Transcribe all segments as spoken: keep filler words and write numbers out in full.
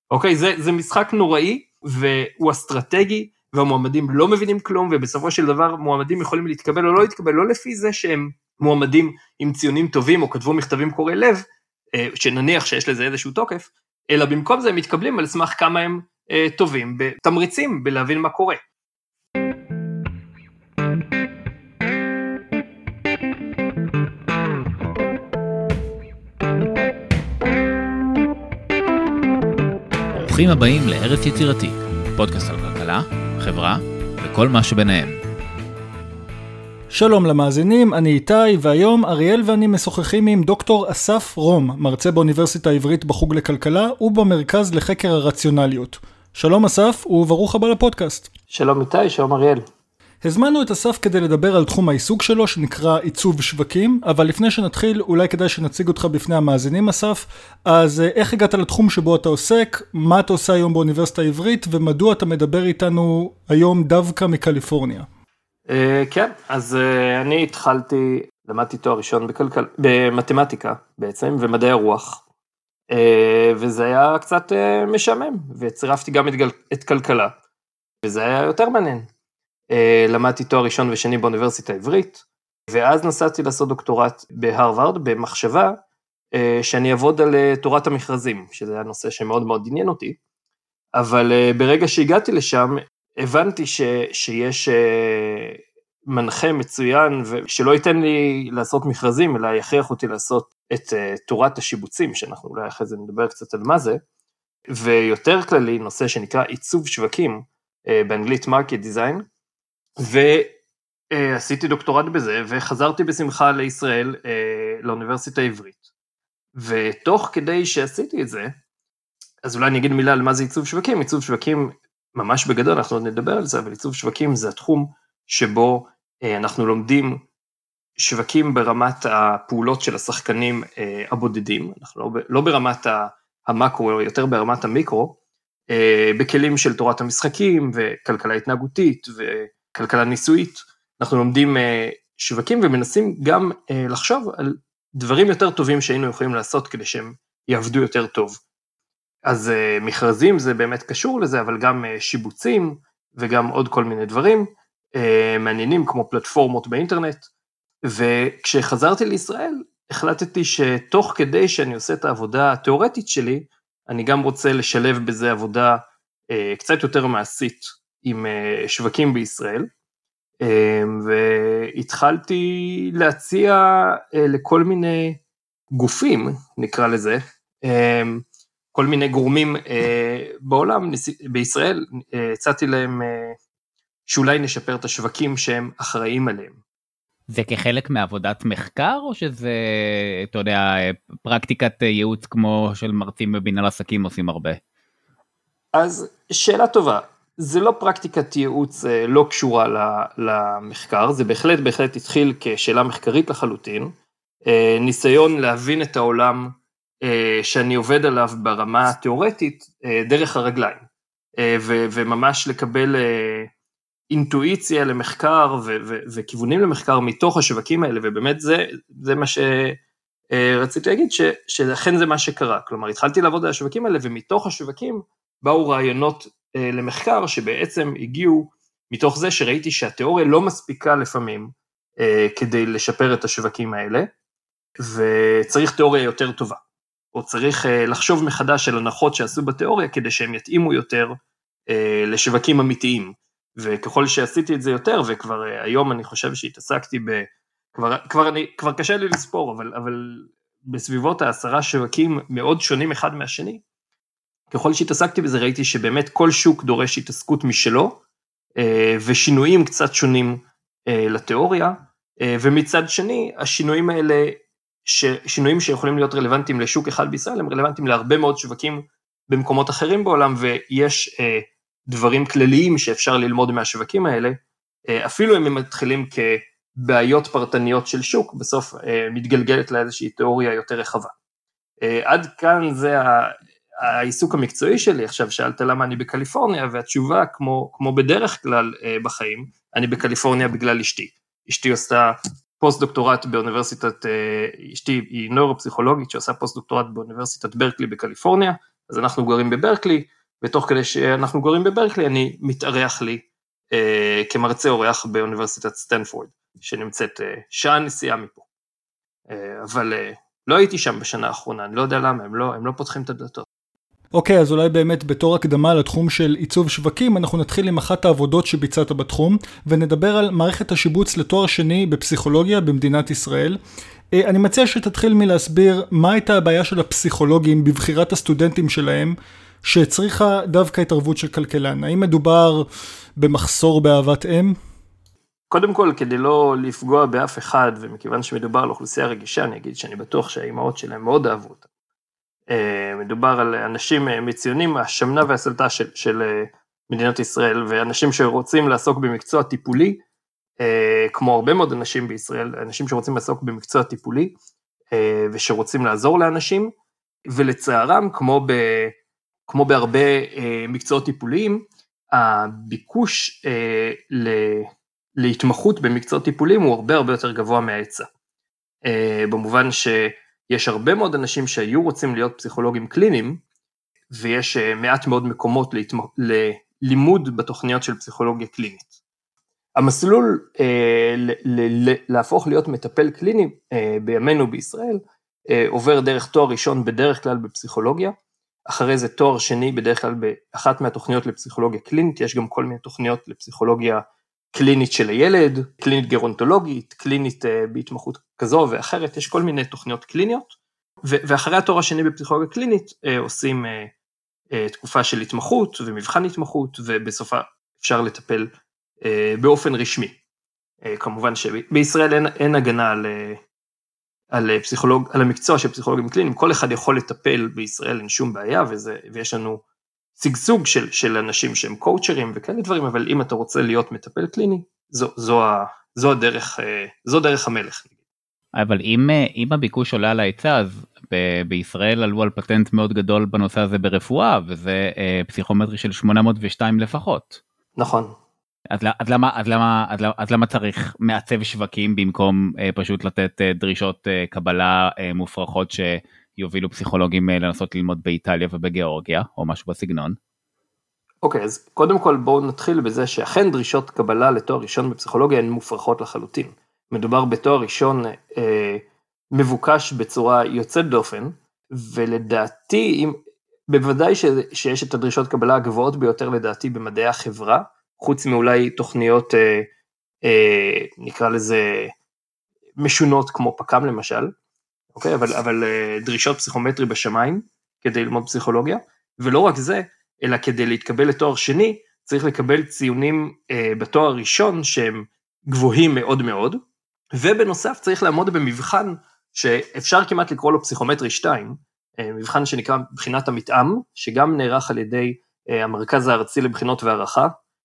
אוקיי, זה, זה משחק נוראי, והוא אסטרטגי, והמועמדים לא מבינים כלום, ובסופו של דבר מועמדים יכולים להתקבל או לא להתקבל, לא לפי זה שהם מועמדים עם ציונים טובים, או כתבו מכתבים קורא לב, שנניח שיש לזה איזשהו תוקף, אלא במקום זה הם מתקבלים על סמך כמה הם טובים, בתמריצים, בלהבין מה קורה. ברוכים הבאים לארץ יצירתי, פודקאסט על כלכלה, חברה וכל מה שביניהם. שלום למאזינים, אני איתי, והיום אריאל ואני משוחחים עם דוקטור אסף רום, מרצה באוניברסיטה העברית בחוג לכלכלה ובמרכז לחקר הרציונליות. שלום אסף וברוך הבא לפודקאסט. שלום איתי, שלום אריאל. הזמנו את אסף כדי לדבר על תחום העיסוק שלו שנקרא עיצוב שווקים, אבל לפני שנתחיל אולי כדאי שנציג אותך בפני המאזינים אסף. אז איך הגעת לתחום שבו אתה עוסק, מה אתה עושה היום באוניברסיטה העברית ומדוע אתה מדבר איתנו היום דווקא מקליפורניה? כן, אז אני התחלתי, למדתי תואר ראשון בכלכל... במתמטיקה בעצם ומדעי הרוח, וזה היה קצת משעמם, וצירפתי גם את, גל... את כלכלה, וזה היה יותר מעניין. למדתי תואר ראשון ושני באוניברסיטה העברית, ואז נסעתי לעשות דוקטורט בהרווארד, במחשבה שאני אעבוד על תורת המכרזים, שזה היה נושא שמאוד מאוד עניין אותי, אבל ברגע שהגעתי לשם, הבנתי ש, שיש מנחה מצוין, ושלא ייתן לי לעשות מכרזים, אלא יכריח אותי לעשות את תורת השיבוצים, שאנחנו אולי אחרי זה נדבר קצת על מה זה, ויותר כללי, נושא שנקרא עיצוב שווקים, באנגלית מרקט דיזיין, ועשיתי דוקטורט בזה, וחזרתי בשמחה לישראל, לאוניברסיטה העברית. ותוך כדי שעשיתי את זה, אז אולי אני אגיד מילה על מה זה עיצוב שווקים. עיצוב שווקים ממש בגדול, אנחנו עוד נדבר על זה, אבל עיצוב שווקים זה התחום שבו אנחנו לומדים שווקים ברמת הפעולות של השחקנים הבודדים, אנחנו לא, לא ברמת המקרו, יותר ברמת המיקרו, בכלים של תורת המשחקים וכלכלה התנהגותית וכלכלה ניסויית. אנחנו לומדים שווקים ומנסים גם לחשוב על דברים יותר טובים שהיינו יכולים לעשות כדי שהם יעבדו יותר טוב. אז מכרזים זה באמת קשור לזה, אבל גם שיבוצים וגם עוד כל מיני דברים מעניינים כמו פלטפורמות באינטרנט. וכשחזרתי לישראל החלטתי שתוך כדי שאני עושה את העבודה התיאורטית שלי, אני גם רוצה לשלב בזה עבודה אה, קצת יותר מעשית עם אה, שווקים בישראל, אה, והתחלתי להציע אה, לכל מיני גופים, נקרא לזה, אה, כל מיני גורמים אה, בעולם, בישראל, אה, הצעתי להם אה, שאולי נשפר את השווקים שהם אחראים עליהם. זה כחלק מעבודת מחקר, או שזה, אתה יודע, פרקטיקת ייעוץ כמו של מרצים בבינל עסקים עושים הרבה? אז שאלה טובה, זה לא פרקטיקת ייעוץ לא קשורה למחקר, זה בהחלט בהחלט התחיל כשאלה מחקרית לחלוטין, ניסיון להבין את העולם שאני עובד עליו ברמה התיאורטית דרך הרגליים, וממש לקבל אינטואיציה למחקר ו- ו- וכיוונים למחקר מתוך השווקים האלה, ובאמת זה, זה מה שרציתי להגיד, ש- שלכן זה מה שקרה, כלומר התחלתי לעבוד על השווקים האלה, ומתוך השווקים באו רעיונות אה, למחקר, שבעצם הגיעו מתוך זה שראיתי שהתיאוריה לא מספיקה לפעמים, אה, כדי לשפר את השווקים האלה, וצריך תיאוריה יותר טובה, או צריך אה, לחשוב מחדש על הנחות שעשו בתיאוריה, כדי שהם יתאימו יותר אה, לשווקים אמיתיים, וככל שעשיתי את זה יותר, וכבר היום אני חושב שהתעסקתי ב... כבר, כבר, אני, כבר קשה לי לספור, אבל, אבל בסביבות העשרה שווקים מאוד שונים אחד מהשני, ככל שהתעסקתי בזה ראיתי שבאמת כל שוק דורש התעסקות משלו, ושינויים קצת שונים לתיאוריה, ומצד שני, השינויים האלה, שינויים שיכולים להיות רלוונטיים לשוק אחד בישראל, הם רלוונטיים להרבה מאוד שווקים במקומות אחרים בעולם, ויש דברים כלליים שאפשר ללמוד מהשווקים האלה, אפילו אם הם מתחילים כבעיות פרטניות של שוק, בסוף מתגלגלת לאיזושהי תיאוריה יותר רחבה. עד כאן זה העיסוק המקצועי שלי. עכשיו שאלת למה אני בקליפורניה, והתשובה כמו, כמו בדרך כלל בחיים, אני בקליפורניה בגלל אשתי. אשתי עושה פוסט דוקטורט באוניברסיטת, אשתי היא נוירופסיכולוגית שעושה פוסט דוקטורט באוניברסיטת ברקלי בקליפורניה, אז אנחנו גרים בברקלי, ותוך כדי שאנחנו גרים בברקלי, אני מתארח לי אה, כמרצה אורח באוניברסיטת סטנפורד, שנמצאת אה, שעה נסיעה מפה. אה, אבל אה, לא הייתי שם בשנה האחרונה, אני לא יודע למה, הם לא, הם לא פותחים את הדלתות. אוקיי, okay, אז אולי באמת בתור הקדמה לתחום של עיצוב שווקים, אנחנו נתחיל עם אחת העבודות שביצעת בתחום, ונדבר על מערכת השיבוץ לתואר שני בפסיכולוגיה במדינת ישראל. אני מציע שתתחיל מלהסביר מה הייתה הבעיה של הפסיכולוגים בבחירת הסטודנטים שלהם, שצריכה דווקא התערבות של כלכלן. האם מדובר במחסור באהבת אם? קודם כל, כדי לא לפגוע באף אחד, ומכיוון שמדובר על אוכלוסייה רגישה, אני אגיד שאני בטוח שהאימהות שלהם מאוד אהבו אותה. מדובר על אנשים מציונים, השמנה והסלטה של, של מדינת ישראל, ואנשים שרוצים לעסוק במקצוע טיפולי, כמו הרבה מאוד אנשים בישראל, אנשים שרוצים לעסוק במקצוע טיפולי, ושרוצים לעזור לאנשים, ולצערם, כמו, ב, כמו בהרבה מקצועות טיפוליים, הביקוש ל, להתמחות במקצועות טיפוליים הוא הרבה הרבה יותר גבוה מההיצע. במובן שיש הרבה מאוד אנשים שהיו רוצים להיות פסיכולוגים קליניים, ויש מעט מאוד מקומות להתמח... ללימוד בתוכניות של פסיכולוגיה קלינית. המסלול אה, ל- ל- ל- להפוך להיות מטפל קליני אה, בימינו בישראל, אה, עובר דרך תואר ראשון בדרך כלל בפסיכולוגיה, אחרי זה תואר שני בדרך כלל באחת מהתוכניות לפסיכולוגיה קלינית, יש גם כל מיני תוכניות לפסיכולוגיה קלינית של הילד, קלינית גרונטולוגית, קלינית אה, בהתמחות כזו ואחרת, יש כל מיני תוכניות קליניות, ו- ואחרי התואר השני בפסיכולוגיה קלינית אה, עושים אה, אה, תקופה של התמחות ומבחן התמחות, ובסופה אפשר לטפל באופן רשמי. כמובן שבישראל אין, אין הגנה על, על, פסיכולוג, על המקצוע של פסיכולוגים קליניים, כל אחד יכול לטפל בישראל, אין שום בעיה, וזה, ויש לנו סגסוג של, של אנשים שהם קואוצ'רים וכאלה דברים, אבל אם אתה רוצה להיות מטפל קליני, זו, זו, זו הדרך, זו דרך המלך. אבל אם, אם הביקוש עולה על ההיצע, אז ב- בישראל עלו על פטנט מאוד גדול בנושא הזה ברפואה, וזה פסיכומטרי של שמונה מאות ושתיים לפחות. נכון. אז, אז, למה, אז, למה, אז, למה, אז למה צריך מעצב שווקים במקום אה, פשוט לתת אה, דרישות אה, קבלה אה, מופרכות שיובילו פסיכולוגים אה, לנסות ללמוד באיטליה ובגיאורגיה, או משהו בסגנון? אוקיי, okay, אז קודם כל בואו נתחיל בזה שאכן דרישות קבלה לתואר ראשון בפסיכולוגיה הן מופרכות לחלוטין. מדובר בתואר ראשון אה, מבוקש בצורה יוצאת דופן, ולדעתי, אם, בוודאי ש, שיש את הדרישות קבלה הגבוהות ביותר לדעתי במדעי החברה, חוץ מאולי תוכניות, אה, אה, נקרא לזה, משונות כמו פק"ם למשל, אוקיי? אבל, אבל אה, דרישות פסיכומטרי בשמיים, כדי ללמוד פסיכולוגיה, ולא רק זה, אלא כדי להתקבל לתואר שני, צריך לקבל ציונים אה, בתואר הראשון, שהם גבוהים מאוד מאוד, ובנוסף צריך לעמוד במבחן, שאפשר כמעט לקרוא לו פסיכומטרי שתיים, אה, מבחן שנקרא בחינת המתאם, שגם נערך על ידי אה, המרכז הארצי לבחינות והערכה,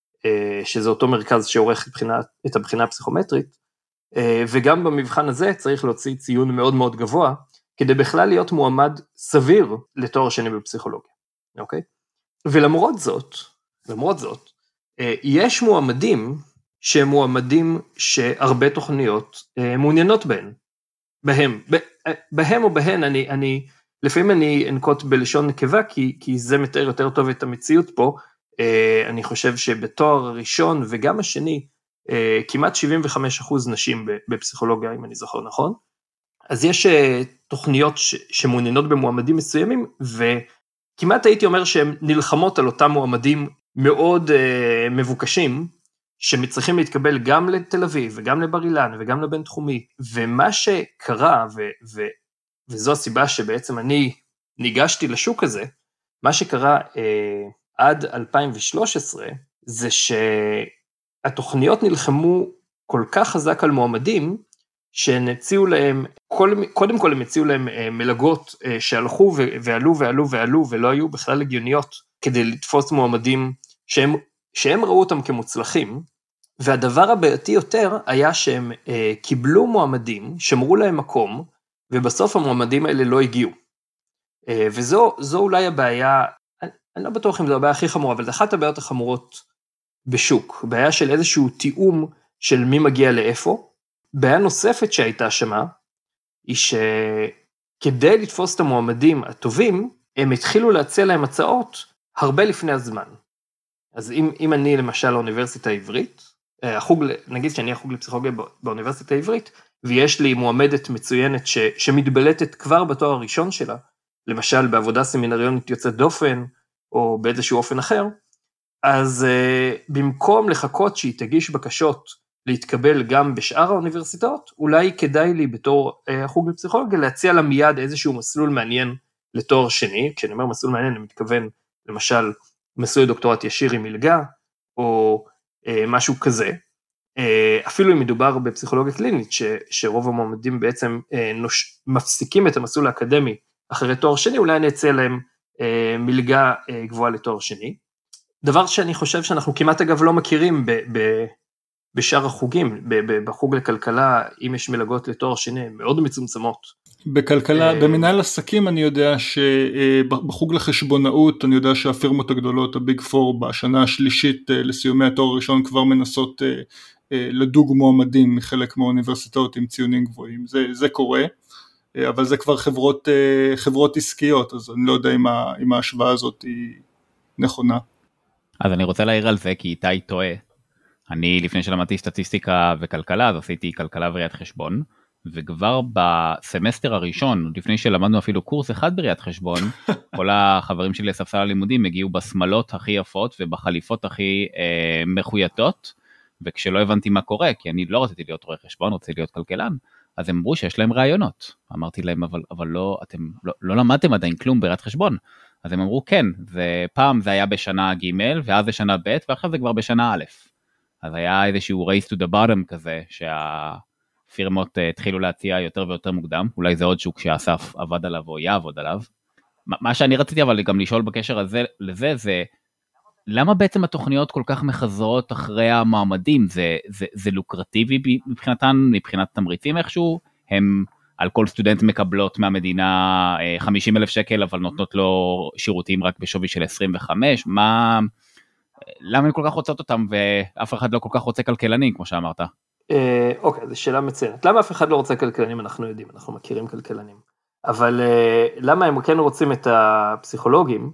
שזה אותו מרכז שעורך את הבחינה הפסיכומטרית, וגם במבחן הזה צריך להוציא ציון מאוד מאוד גבוה, כדי בכלל להיות מועמד סביר לתואר שני בפסיכולוגיה, אוקיי? ולמרות זאת, למרות זאת, יש מועמדים שהם מועמדים שהרבה תוכניות מעוניינות בהן, בהם, בהם או בהן, אני, אני, לפעמים אני אנקוט בלשון נקבה, כי, כי זה מתאר יותר טוב את המציאות פה, אני חושב שבתואר הראשון וגם השני, כמעט שבעים וחמישה אחוז נשים בפסיכולוגיה, אם אני זוכר נכון, אז יש תוכניות שמעוניינות במועמדים מסוימים, וכמעט הייתי אומר שהן נלחמות על אותם מועמדים מאוד מבוקשים, שמצריכים להתקבל גם לתל אביב, וגם לבר אילן, וגם לבן תחומי, ומה שקרה, ו- ו- וזו הסיבה שבעצם אני ניגשתי לשוק הזה, מה שקרה עד אלפיים ושלוש עשרה, זה שהתוכניות נלחמו כל כך חזק על מועמדים, שהן הציעו להם, קודם כל הם הציעו להם מלגות שהלכו ועלו ועלו ועלו, ולא היו בכלל הגיוניות, כדי לתפוס מועמדים שהם, שהם ראו אותם כמוצלחים, והדבר הבעייתי יותר היה שהם קיבלו מועמדים, שמרו להם מקום, ובסוף המועמדים האלה לא הגיעו. וזו זו אולי הבעיה, אני לא בטוח אם זו הבעיה הכי חמורה, אבל זו אחת הבעיות החמורות בשוק, בעיה של איזשהו תיאום של מי מגיע לאיפה. בעיה נוספת שהייתה שמה, היא שכדי לתפוס את המועמדים הטובים, הם התחילו להציע להם הצעות הרבה לפני הזמן. אז אם, אם אני למשל לאוניברסיטה העברית, החוג, נגיד שאני החוג לפסיכולוגיה באוניברסיטה העברית, ויש לי מועמדת מצוינת ש, שמתבלטת כבר בתואר הראשון שלה, למשל בעבודה סמינריונית יוצאת דופן, או באיזשהו אופן אחר, אז uh, במקום לחכות שהיא תגיש בקשות להתקבל גם בשאר האוניברסיטאות, אולי כדאי לי בתור uh, החוג לפסיכולוגיה להציע לה מיד איזשהו מסלול מעניין לתואר שני, כשאני אומר מסלול מעניין אני מתכוון למשל מסלול דוקטורט ישיר עם מלגה, או uh, משהו כזה, uh, אפילו אם מדובר בפסיכולוגיה קלינית, ש, שרוב המועמדים בעצם uh, נוש, מפסיקים את המסלול האקדמי אחרי תואר שני, אולי אני אציע להם uh, מלגה uh, גבוהה לתואר שני, דבר שאני חושב שאנחנו כמעט אגב לא מכירים ב, ב, בשאר החוגים, ב, ב, בחוג לכלכלה, אם יש מלגות לתואר שני, מאוד מצומצמות. בכלכלה, במנהל עסקים אני יודע שבחוג לחשבונאות, אני יודע שהפירמות הגדולות, הביג פור, בשנה השלישית לסיומי התואר הראשון, כבר מנסות לדוג מועמדים מחלק מהאוניברסיטאות עם ציונים גבוהים, זה, זה קורה, אבל זה כבר חברות, חברות עסקיות, אז אני לא יודע אם, ה, אם ההשוואה הזאת היא נכונה. אז אני רוצה להעיר על זה, כי איתי טועה. אני, לפני שלמדתי סטטיסטיקה וכלכלה, אז עשיתי כלכלה וראיית חשבון, וכבר בסמסטר הראשון, לפני שלמדנו אפילו קורס אחד בראיית חשבון, כל החברים שלי לספסל הלימודים הגיעו בשמלות הכי יפות, ובחליפות הכי אה, מחויטות, וכשלא הבנתי מה קורה, כי אני לא רציתי להיות רואה חשבון, רציתי להיות כלכלן, אז הם אמרו שיש להם רעיונות. אמרתי להם, אבל, אבל לא, אתם לא, לא למדתם עדיין כלום בראיית חשבון. אז הם אמרו, כן, ופעם זה היה בשנה ג' ואז זה שנה ב', ועכשיו זה כבר בשנה א'. אז היה איזשהו race to the bottom כזה, שהפירמות התחילו להציע יותר ויותר מוקדם, אולי זה עוד שוק שאסף עבד עליו או יעבוד עליו. מה שאני רציתי אבל גם לשאול בקשר הזה, לזה, זה, למה בעצם התוכניות כל כך מחזרות אחרי המעמדים? זה, זה, זה לוקרטיבי מבחינתן, מבחינת תמריצים איכשהו? הם על כל סטודנט מקבלות מהמדינה חמישים אלף שקל, אבל נותנות לו שירותים רק בשווי של עשרים וחמש, מה, למה הם כל כך רוצות אותם, ואף אחד לא כל כך רוצה כלכלנים, כמו שאמרת? אוקיי, זו שאלה מצוינת. למה אף אחד לא רוצה כלכלנים? אנחנו יודעים, אנחנו מכירים כלכלנים. אבל למה הם כן רוצים את הפסיכולוגים?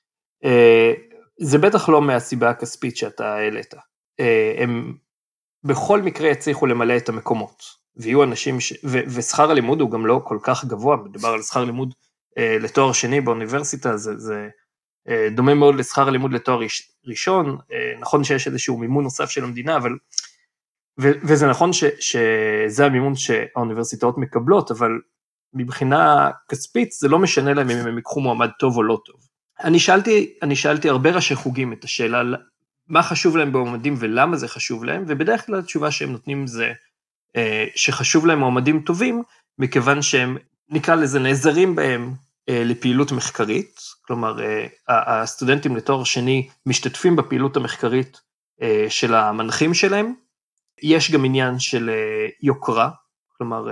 זה בטח לא מהסיבה הכספית שאתה העלית. הם בכל מקרה יצליחו למלא את המקומות. ויהיו אנשים, ש... ו... ושכר הלימוד הוא גם לא כל כך גבוה, מדובר על שכר לימוד אה, לתואר שני באוניברסיטה, זה, זה אה, דומה מאוד לשכר הלימוד לתואר ראש... ראשון, אה, נכון שיש איזשהו מימון נוסף של המדינה, אבל, ו... וזה נכון ש... שזה המימון שהאוניברסיטאות מקבלות, אבל מבחינה כספית זה לא משנה להם אם הם יקחו מועמד טוב או לא טוב. אני שאלתי, אני שאלתי הרבה ראשי חוגים את השאלה, מה חשוב להם במועמדים ולמה זה חשוב להם, ובדרך כלל התשובה שהם נותנים זה, שחשוב להם מועמדים טובים, מכיוון שהם, נקרא לזה, נעזרים בהם לפעילות מחקרית, כלומר, הסטודנטים לתואר שני משתתפים בפעילות המחקרית של המנחים שלהם, יש גם עניין של יוקרה, כלומר,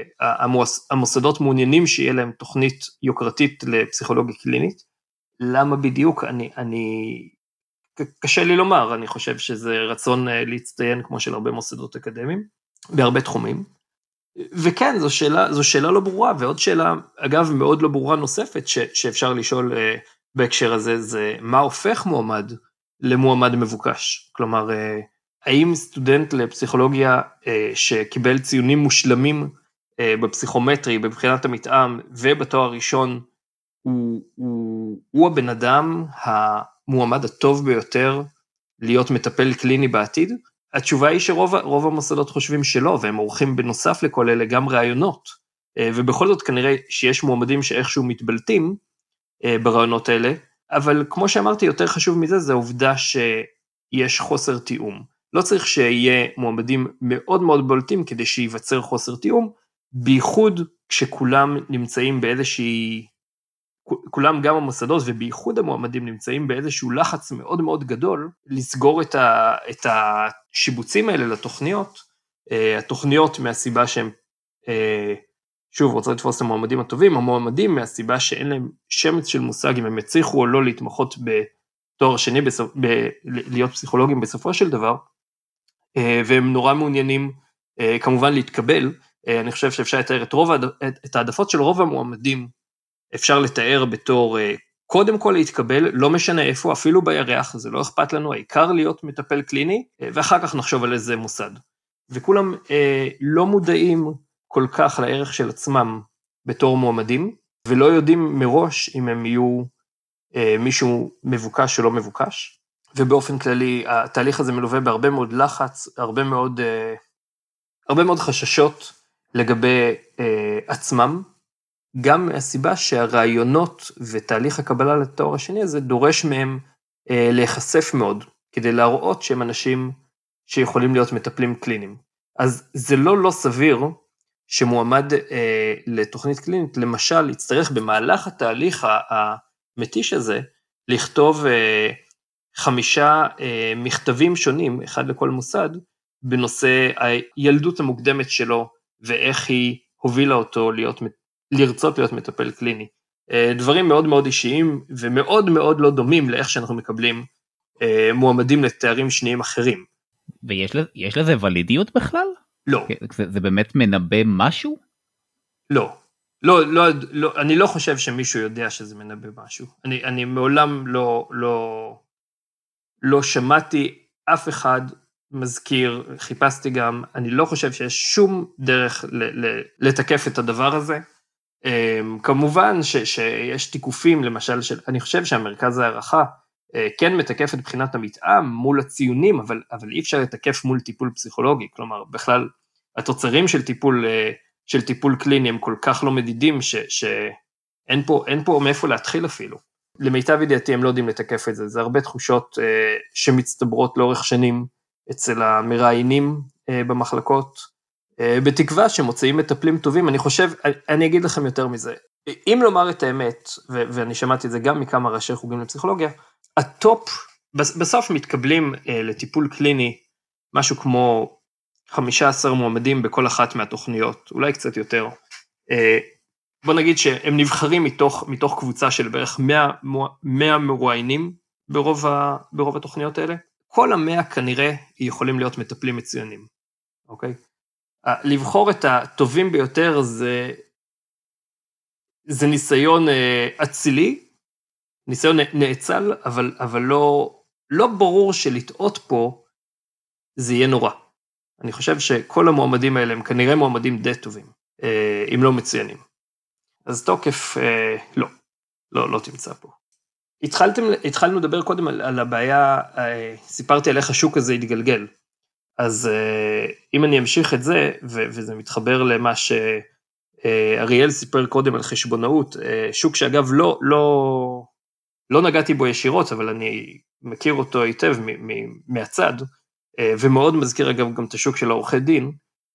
המוסדות מעוניינים שיהיה להם תוכנית יוקרתית לפסיכולוגיה קלינית, למה בדיוק? אני, אני, קשה לי לומר, אני חושב שזה רצון להצטיין כמו של הרבה מוסדות אקדמיים, בהרבה תחומים, וכן, זו שאלה, זו שאלה לא ברורה, ועוד שאלה, אגב, מאוד לא ברורה נוספת, ש, שאפשר לשאול uh, בהקשר הזה, זה מה הופך מועמד למועמד מבוקש, כלומר, uh, האם סטודנט לפסיכולוגיה uh, שקיבל ציונים מושלמים uh, בפסיכומטרי, בבחינת המתאם, ובתואר הראשון, הוא, הוא, הוא הבן אדם המועמד הטוב ביותר, להיות מטפל קליני בעתיד? התשובה היא שרוב רוב המוסדות חושבים שלא, והם עורכים בנוסף לכל אלה גם רעיונות, ובכל זאת כנראה שיש מועמדים שאיכשהו מתבלטים ברעיונות האלה, אבל כמו שאמרתי, יותר חשוב מזה, זה העובדה שיש חוסר תיאום. לא צריך שיהיה מועמדים מאוד מאוד בולטים, כדי שייווצר חוסר תיאום, בייחוד כשכולם נמצאים באיזושהי, כולם גם המוסדות ובייחוד המועמדים נמצאים באיזשהו לחץ מאוד מאוד גדול, לסגור את, ה, את השיבוצים האלה לתוכניות, התוכניות מהסיבה שהם, שוב, רוצה לתפוס את המועמדים הטובים, המועמדים מהסיבה שאין להם שמץ של מושג אם הם יצליחו או לא להתמחות בתואר שני, בסופ, ב, להיות פסיכולוגים בסופו של דבר, והם נורא מעוניינים כמובן להתקבל, אני חושב שאפשר לתאר את, רוב, את העדפות של רוב המועמדים, אפשר לתאר בתור קודם כל להתקבל, לא משנה איפה, אפילו בירח, זה לא אכפת לנו, העיקר להיות מטפל קליני, ואחר כך נחשוב על איזה מוסד. וכולם אה, לא מודעים כל כך לערך של עצמם בתור מועמדים, ולא יודעים מראש אם הם יהיו אה, מישהו מבוקש או לא מבוקש, ובאופן כללי התהליך הזה מלווה בהרבה מאוד לחץ, הרבה מאוד, אה, הרבה מאוד חששות לגבי אה, עצמם, גם מהסיבה שהרעיונות ותהליך הקבלה לתואר השני הזה דורש מהם אה, להיחשף מאוד, כדי להראות שהם אנשים שיכולים להיות מטפלים קליניים. אז זה לא לא סביר שמועמד אה, לתוכנית קלינית, למשל, יצטרך במהלך התהליך המתיש הזה, לכתוב אה, חמישה אה, מכתבים שונים, אחד לכל מוסד, בנושא הילדות המוקדמת שלו, ואיך היא הובילה אותו להיות, לרצות להיות מטפל קליני. אה, דברים מאוד מאוד אישיים, ומאוד מאוד לא דומים לאיך שאנחנו מקבלים אה, מועמדים לתארים שניים אחרים. ויש לזה ולידיות בכלל? לא. זה, זה באמת מנבא משהו? לא. לא, לא, לא, אני לא חושב שמישהו יודע שזה מנבא משהו. אני, אני מעולם לא, לא, לא שמעתי אף אחד מזכיר, חיפשתי גם, אני לא חושב שיש שום דרך ל, ל, לתקף את הדבר הזה. כמובן ש, שיש תיקופים, למשל, של, אני חושב שהמרכז הערכה, כן מתקף את בחינת המתאם מול הציונים, אבל, אבל אי אפשר לתקף מול טיפול פסיכולוגי, כלומר, בכלל, התוצרים של טיפול, של טיפול קליני הם כל כך לא מדידים, ש, שאין פה, אין פה מאיפה להתחיל אפילו. למיטב ידיעתי הם לא יודעים לתקף את זה, זה הרבה תחושות שמצטברות לאורך שנים אצל המראיינים במחלקות, בתקווה שמוצאים מטפלים טובים. אני חושב, אני אגיד לכם יותר מזה, אם לומר את האמת, ו- ואני שמעתי את זה גם מכמה ראשי חוגים לפסיכולוגיה, הטופ, בסוף מתקבלים אה, לטיפול קליני, משהו כמו חמישה עשר מועמדים בכל אחת מהתוכניות, אולי קצת יותר. אה, בוא נגיד שהם נבחרים מתוך, מתוך קבוצה של בערך מאה מרואיינים ברוב, ה, ברוב התוכניות האלה. כל המאה כנראה יכולים להיות מטפלים מצוינים, אוקיי? לבחור את הטובים ביותר זה, זה ניסיון אצילי, ניסיון נאצל, אבל, אבל לא, לא ברור שלטעות פה זה יהיה נורא. אני חושב שכל המועמדים האלה הם כנראה מועמדים די טובים, אם לא מצוינים. אז תוקף, לא, לא, לא תמצא פה. התחלתם, התחלנו לדבר קודם על, על הבעיה, סיפרתי על איך השוק הזה יתגלגל. אז אם אני אמשיך את זה, וזה מתחבר למה שאריאל סיפר קודם על חשבונאות, שוק שאגב לא, לא, לא נגעתי בו ישירות, אבל אני מכיר אותו היטב מהצד, ומאוד מזכיר אגב גם את השוק של העורכי דין,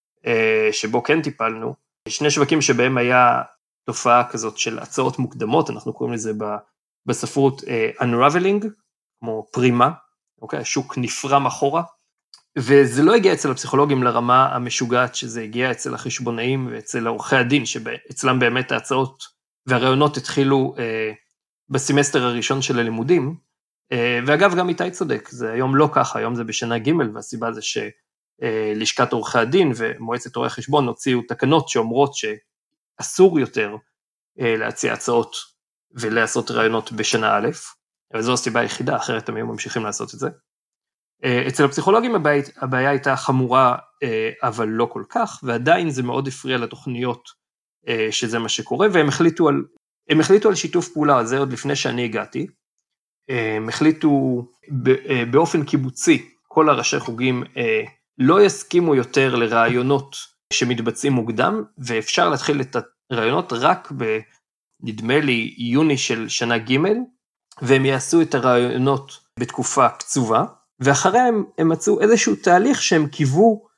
שבו כן טיפלנו, שני שווקים שבהם היה תופעה כזאת של הצעות מוקדמות, אנחנו קוראים לזה בספרות unraveling, כמו פרימה, אוקיי? השוק נפרם אחורה, וזה לא הגיע אצל הפסיכולוגים לרמה המשוגעת, שזה הגיע אצל החשבונאים ואצל עורכי הדין, שאצלם באמת ההצעות והרעיונות התחילו אה, בסמסטר הראשון של הלימודים, אה, ואגב גם איתי צודק, זה היום לא ככה, היום זה בשנה ג', והסיבה זה שלשכת עורכי הדין ומועצת רואי החשבון הוציאו תקנות שאומרות שאסור יותר אה, להציע הצעות ולעשות רעיונות בשנה א', וזו הסיבה היחידה, אחרת הם היו ממשיכים לעשות את זה. אצל הפסיכולוגים הבעיה, הבעיה הייתה חמורה, אבל לא כל כך, ועדיין זה מאוד הפריע לתוכניות שזה מה שקורה, והם החליטו על, הם החליטו על שיתוף פעולה, זה עוד לפני שאני הגעתי, הם החליטו באופן קיבוצי, כל הראשי חוגים לא יסכימו יותר לרעיונות שמתבצעים מוקדם, ואפשר להתחיל את הרעיונות רק בנדמה לי יוני של שנה ג', והם יעשו את הרעיונות בתקופה קצובה, ואחריהם הם מצאו איזשהו תהליך שהם קיוו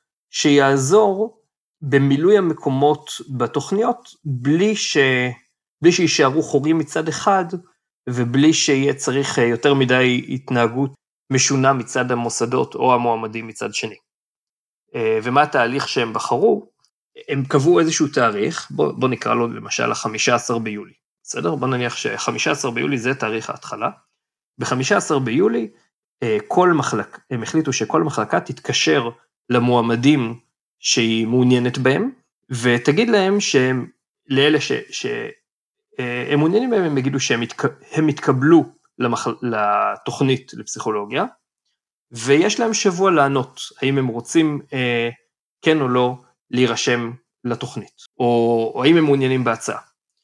שיעזור במילוי המקומות בתוכניות, בלי, ש... בלי שישארו חורים מצד אחד, ובלי שיהיה צריך יותר מדי התנהגות משונה מצד המוסדות או המועמדים מצד שני. ומה התהליך שהם בחרו? הם קבעו איזשהו תאריך, בוא, בוא נקרא לו למשל ה-חמישה עשר ביולי, בסדר? בוא נניח ש-חמישה עשר ביולי זה תאריך ההתחלה, ב-חמישה עשר ביולי, כל מחלק, הם החליטו שכל מחלקה תתקשר למועמדים שהיא מעוניינת בהם, ותגיד להם שהם, לאלה ש, הם מעוניינים בהם, הם יגידו שהם יתקבלו לתוכנית לפסיכולוגיה, ויש להם שבוע לענות, האם הם רוצים כן או לא להירשם לתוכנית, או, או האם הם מעוניינים בהצעה.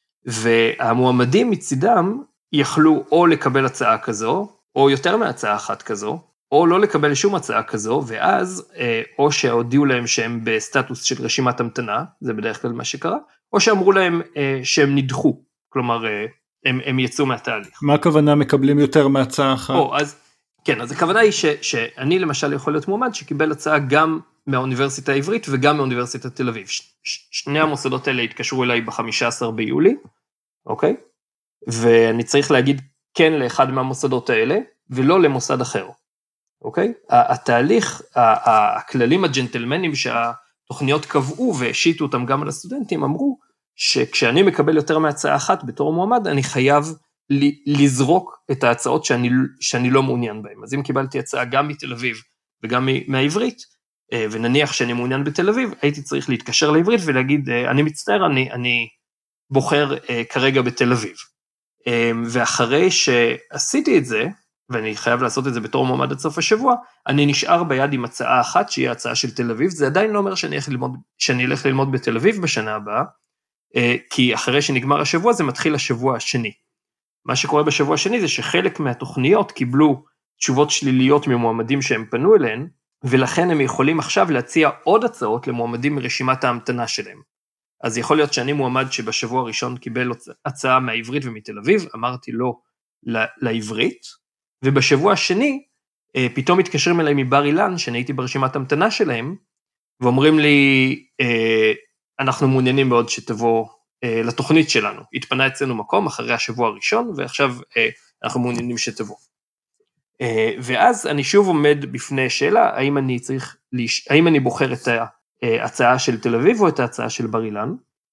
והמועמדים מצידם יכלו או לקבל הצעה כזו, או יותר מהצעה אחת כזו, או לא לקבל שום הצעה כזו, ואז או שהודיעו להם שהם בסטטוס של רשימת המתנה, זה בדרך כלל מה שקרה, או שאמרו להם שהם נדחו, כלומר הם, הם יצאו מהתהליך. מה הכוונה מקבלים יותר מהצעה אחת? או, אז, כן, אז הכוונה היא ש, שאני למשל יכול להיות מועמד שקיבל הצעה גם מהאוניברסיטה העברית וגם מהאוניברסיטת תל אביב. ש, ש, שני המוסדות האלה התקשרו אליי ב-חמישה עשר ביולי, אוקיי? ואני צריך להגיד כן לאחד מהמוסדות האלה, ולא למוסד אחר, אוקיי? התהליך, הכללים הג'נטלמנים שהתוכניות קבעו והשיתו אותם גם על הסטודנטים, אמרו שכשאני מקבל יותר מהצעה אחת בתור מועמד, אני חייב לזרוק את ההצעות שאני, שאני לא מעוניין בהן. אז אם קיבלתי הצעה גם מתל אביב וגם מהעברית, ונניח שאני מעוניין בתל אביב, הייתי צריך להתקשר לעברית ולהגיד, אני מצטער, אני, אני בוחר כרגע בתל אביב. ואחרי שעשיתי את זה, ואני חייב לעשות את זה בתור מועמד עד סוף השבוע, אני נשאר ביד עם הצעה אחת, שהיא הצעה של תל אביב, זה עדיין לא אומר שאני אלך ללמוד, שאני אלך ללמוד בתל אביב בשנה הבאה, כי אחרי שנגמר השבוע, זה מתחיל השבוע השני. מה שקורה בשבוע השני זה שחלק מהתוכניות קיבלו תשובות שליליות ממועמדים שהם פנו אליהן, ולכן הם יכולים עכשיו להציע עוד הצעות למועמדים מרשימת ההמתנה שלהם. אז יכול להיות שאני מועמד שבשבוע הראשון קיבל הצעה מהעברית ומתל אביב, אמרתי לא לעברית, ובשבוע השני פתאום מתקשרים אליי מבר אילן, שאני הייתי ברשימת המתנה שלהם, ואומרים לי, אנחנו מעוניינים מאוד שתבוא לתוכנית שלנו. התפנה אצלנו מקום אחרי השבוע הראשון, ועכשיו אנחנו מעוניינים שתבוא. ואז אני שוב עומד בפני שאלה, האם אני צריך, האם אני בוחר את ההצעה של תל אביב או את ההצעה של בר אילן,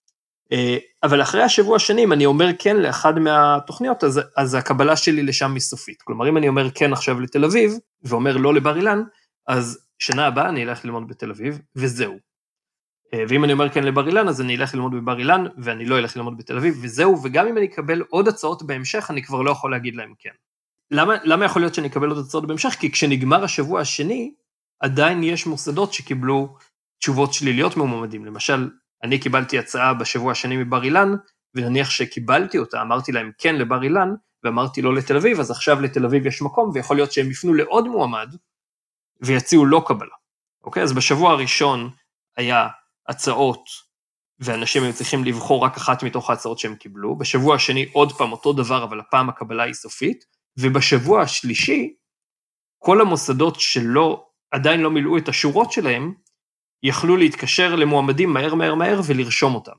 אבל אחרי השבוע השני, אם אני אומר כן לאחד מהתוכניות, אז, אז הקבלה שלי לשם היא סופית. כלומר, אם אני אומר כן עכשיו לתל אביב, ואומר לא לבר אילן, אז שנה הבאה אני אלך ללמוד בתל אביב, וזהו. ואם אני אומר כן לבר אילן, אז אני אלך ללמוד בבר אילן, ואני לא אלך ללמוד בתל אביב, וזהו, וגם אם אני אקבל עוד הצעות בהמשך, אני כבר לא יכול להגיד להם כן. למה, למה יכול להיות שאני אקבל עוד הצעות בהמשך? כי כשנגמר השבוע השני, עדיין יש מוסדות שקיבלו תשובות שליליות ממועמדים. למשל, אני קיבלתי הצעה בשבוע השני מבר אילן, ונניח שקיבלתי אותה, אמרתי להם כן לבר אילן, ואמרתי לא לתל אביב, אז עכשיו לתל אביב יש מקום, ויכול להיות שהם יפנו לעוד מועמד, ויציעו לא קבלה. אוקיי? אז בשבוע הראשון היה הצעות, ואנשים הם צריכים לבחור רק אחת מתוך ההצעות שהם קיבלו, בשבוע השני עוד פעם אותו דבר, אבל הפעם הקבלה היא סופית, ובשבוע השלישי, כל המוסדות שלא, עדיין לא מילאו את השורות שלהם, יכלו להתקשר למועמדים מהר מהר מהר ולרשום אותם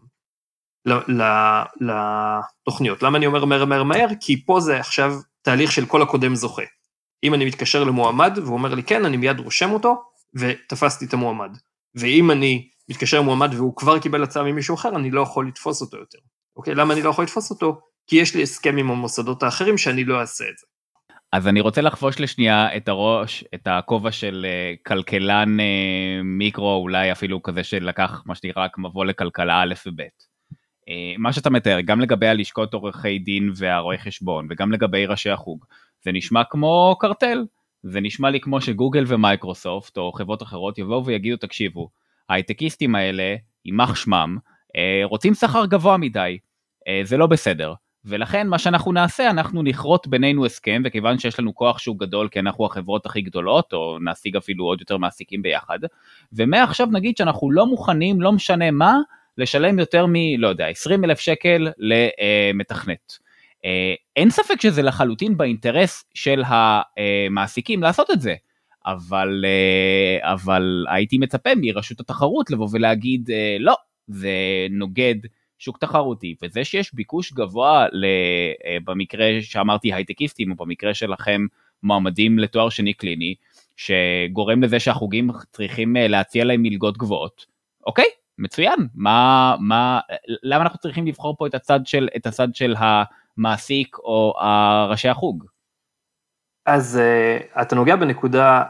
לתוכניות. למה אני אומר מהר מהר מהר? כי פה זה עכשיו תהליך של כל הקודם זוכה. אם אני מתקשר למועמד והוא אומר לי כן, אני מיד רושם אותו ותפסתי את המועמד. ואם אני מתקשר למועמד והוא כבר קיבל הצעה ממישהו אחר, אני לא יכול לתפוס אותו יותר. אוקיי? למה אני לא יכול לתפוס אותו? כי יש לי הסכם עם המוסדות האחרים שאני לא אעשה את זה. אז אני רוצה לחבוש לשנייה את הראש, את הכובע של כלכלן מיקרו, אולי אפילו כזה שלקח מה שנקרא מבוא לכלכלה א' וב'. מה שאתה מתאר, גם לגבי הלשכות עורכי דין והרואי חשבון, וגם לגבי ראשי החוג, זה נשמע כמו קרטל. זה נשמע לי כמו שגוגל ומייקרוסופט, או חברות אחרות, יבואו ויגידו, תקשיבו, ההייטקיסטים האלה, יימח שמם, רוצים שכר גבוה מדי, זה לא בסדר. ולכן מה שאנחנו נעשה, אנחנו נכרות בינינו הסכם, וכיוון שיש לנו כוח שהוא גדול, כי אנחנו החברות הכי גדולות, או נשיג אפילו עוד יותר מעסיקים ביחד, ומעכשיו נגיד שאנחנו לא מוכנים, לא משנה מה, לשלם יותר מ, לא יודע, עשרים אלף שקל למתכנת. אין ספק שזה לחלוטין באינטרס של המעסיקים לעשות את זה, אבל, אבל הייתי מצפה מרשות התחרות לבוא ולהגיד, לא, זה נוגד שוק תחרותי, וזה שיש ביקוש גבוה במקרה שאמרתי הייטקיסטים, או במקרה שלכם מועמדים לתואר שני קליני, שגורם לזה שהחוגים צריכים להציע להם מלגות גבוהות, אוקיי, מצוין, מה, מה, למה אנחנו צריכים לבחור פה את הצד של, את הצד של המעסיק או ראשי החוג? אז uh, אתה נוגע בנקודה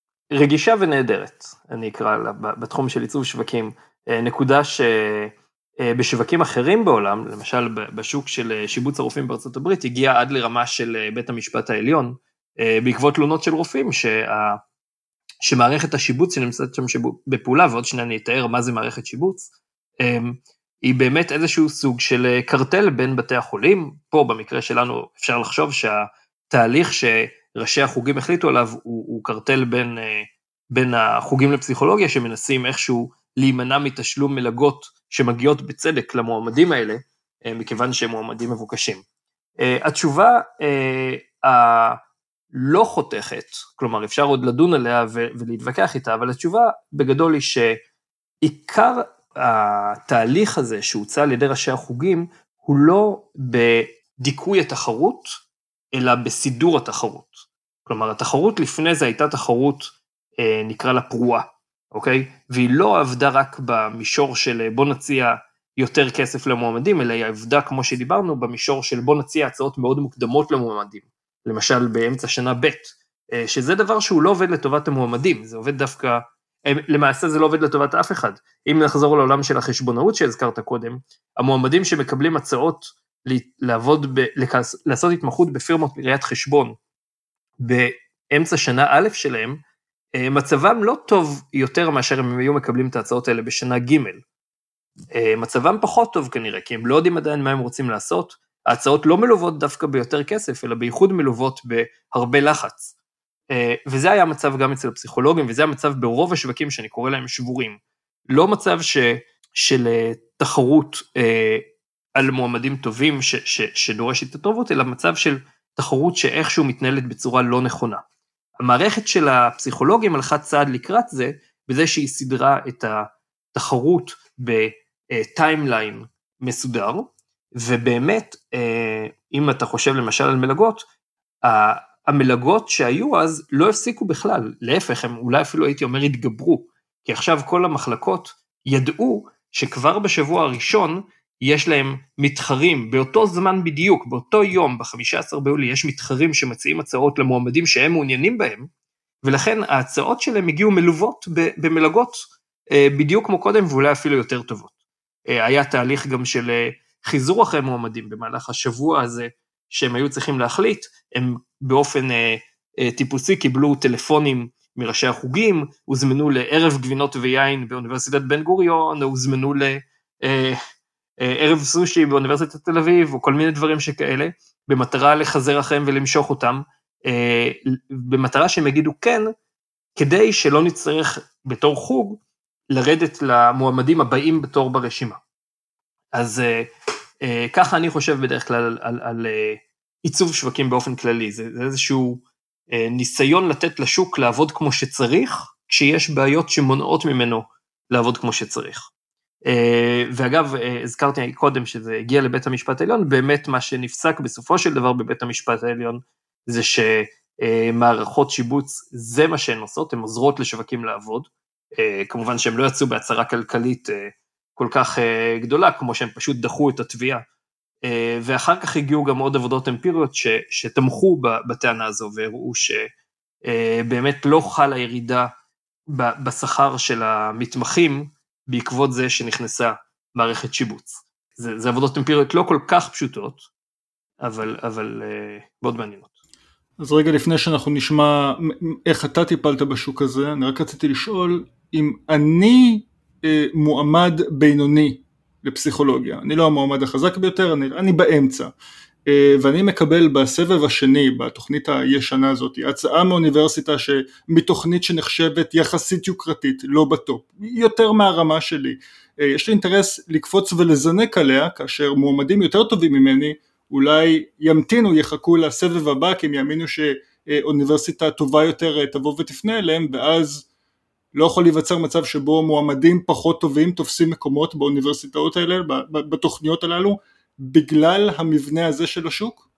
רגישה ונהדרת, אני אקרא לה, בתחום של עיצוב שווקים, נקודה ש... בשווקים אחרים בעולם, למשל בשוק של שיבוץ הרופאים בארצות הברית, הגיע עד לרמה של בית המשפט העליון, בעקבות תלונות של רופאים, שה... שמערכת השיבוץ שנמצאת שם בפעולה, ועוד שנייה אני אתאר מה זה מערכת שיבוץ, היא באמת איזשהו סוג של קרטל בין בתי החולים, פה במקרה שלנו אפשר לחשוב שהתהליך שראשי החוגים החליטו עליו, הוא, הוא קרטל בין, בין החוגים לפסיכולוגיה, שמנסים איכשהו להימנע מתשלום מלגות שמגיעות בצדק למועמדים האלה, מכיוון שהם מועמדים מבוקשים. התשובה הלא חותכת, כלומר אפשר עוד לדון עליה ולהתווכח איתה, אבל התשובה בגדול היא שעיקר התהליך הזה שהוצא על ידי ראשי החוגים, הוא לא בדיכוי התחרות, אלא בסידור התחרות. כלומר, התחרות לפני זה הייתה תחרות, נקרא לה פרועה, אוקיי? והיא לא עבדה רק במישור של בוא נציע יותר כסף למועמדים, אלא היא עבדה, כמו שדיברנו, במישור של בוא נציע הצעות מאוד מוקדמות למועמדים, למשל באמצע שנה ב', שזה דבר שהוא לא עובד לטובת המועמדים, זה עובד דווקא, למעשה זה לא עובד לטובת אף אחד. אם נחזור לעולם של החשבונאות שהזכרת קודם, המועמדים שמקבלים הצעות לעבוד, ב, לעשות התמחות בפירמות ראיית חשבון, באמצע שנה א' שלהם, מצבם לא טוב יותר מאשר הם היו מקבלים את ההצעות האלה בשנה ג'. מצבם פחות טוב כנראה, כי הם לא יודעים עדיין מה הם רוצים לעשות, ההצעות לא מלוות דווקא ביותר כסף, אלא בייחוד מלוות בהרבה לחץ. וזה היה המצב גם אצל הפסיכולוגים, וזה המצב ברוב השווקים שאני קורא להם שבורים. לא מצב ש, של תחרות על מועמדים טובים ש, ש, שדורש את הטובות, אלא מצב של תחרות שאיכשהו מתנהלת בצורה לא נכונה. המערכת של הפסיכולוגים הלכה צעד לקראת זה, בזה שהיא סדרה את התחרות בטיימליין מסודר, ובאמת, אם אתה חושב למשל על מלגות, המלגות שהיו אז לא הפסיקו בכלל, להפך, הם אולי אפילו הייתי אומר התגברו, כי עכשיו כל המחלקות ידעו שכבר בשבוע הראשון יש להם מתחרים, באותו זמן בדיוק, באותו יום, ב-חמישה עשר ביולי, יש מתחרים שמציעים הצעות למועמדים שהם מעוניינים בהם, ולכן ההצעות שלהם הגיעו מלוות במלגות, בדיוק כמו קודם, ואולי אפילו יותר טובות. היה תהליך גם של חיזור אחרי מועמדים, במהלך השבוע הזה, שהם היו צריכים להחליט, הם באופן טיפוסי קיבלו טלפונים מראשי החוגים, הוזמנו לערב גבינות ויין באוניברסיטת בן גוריון, הוזמנו ל... ערב סושי באוניברסיטת תל אביב, או כל מיני דברים שכאלה, במטרה לחזר אחריהם ולמשוך אותם, במטרה שהם יגידו כן, כדי שלא נצטרך בתור חוג, לרדת למועמדים הבאים בתור ברשימה. אז ככה אני חושב בדרך כלל על, על, על עיצוב שווקים באופן כללי, זה, זה איזשהו ניסיון לתת לשוק לעבוד כמו שצריך, כשיש בעיות שמונעות ממנו לעבוד כמו שצריך. ואגב, הזכרתי קודם שזה הגיע לבית המשפט העליון, באמת מה שנפסק בסופו של דבר בבית המשפט העליון, זה שמערכות שיבוץ, זה מה שהן עושות, הן עוזרות לשווקים לעבוד, כמובן שהם לא יצאו בהצהרה כלכלית כל כך גדולה, כמו שהם פשוט דחו את התביעה, ואחר כך הגיעו גם עוד עבודות אמפיריות ש, שתמכו בטענה הזו, והראו שבאמת לא חלה ירידה בשכר של המתמחים, בעקבות זה שנכנסה מערכת שיבוץ. זה, זה עבודות אמפיריות לא כל כך פשוטות, אבל, אבל מאוד מעניינות. אז רגע לפני שאנחנו נשמע איך אתה טיפלת בשוק הזה, אני רק רציתי לשאול, אם אני אה, מועמד בינוני לפסיכולוגיה, אני לא המועמד החזק ביותר, אני, אני באמצע, אה, ואני מקבל בסבב השני, בתוכנית הישנה הזאת, הצעה מאוניברסיטה שמתוכנית שנחשבת יחסית יוקרתית, לא בטופ, יותר מהרמה שלי, אה, יש לי אינטרס לקפוץ ולזנק עליה, כאשר מועמדים יותר טובים ממני, אולי ימתינו, יחכו לסבב הבא, כי הם יאמינו שאוניברסיטה טובה יותר תבוא ותפנה אליהם, ואז לא יכול להיווצר מצב שבו מועמדים פחות טובים תופסים מקומות באוניברסיטאות האלה, בתוכניות הללו, בגלל המבנה הזה של השוק?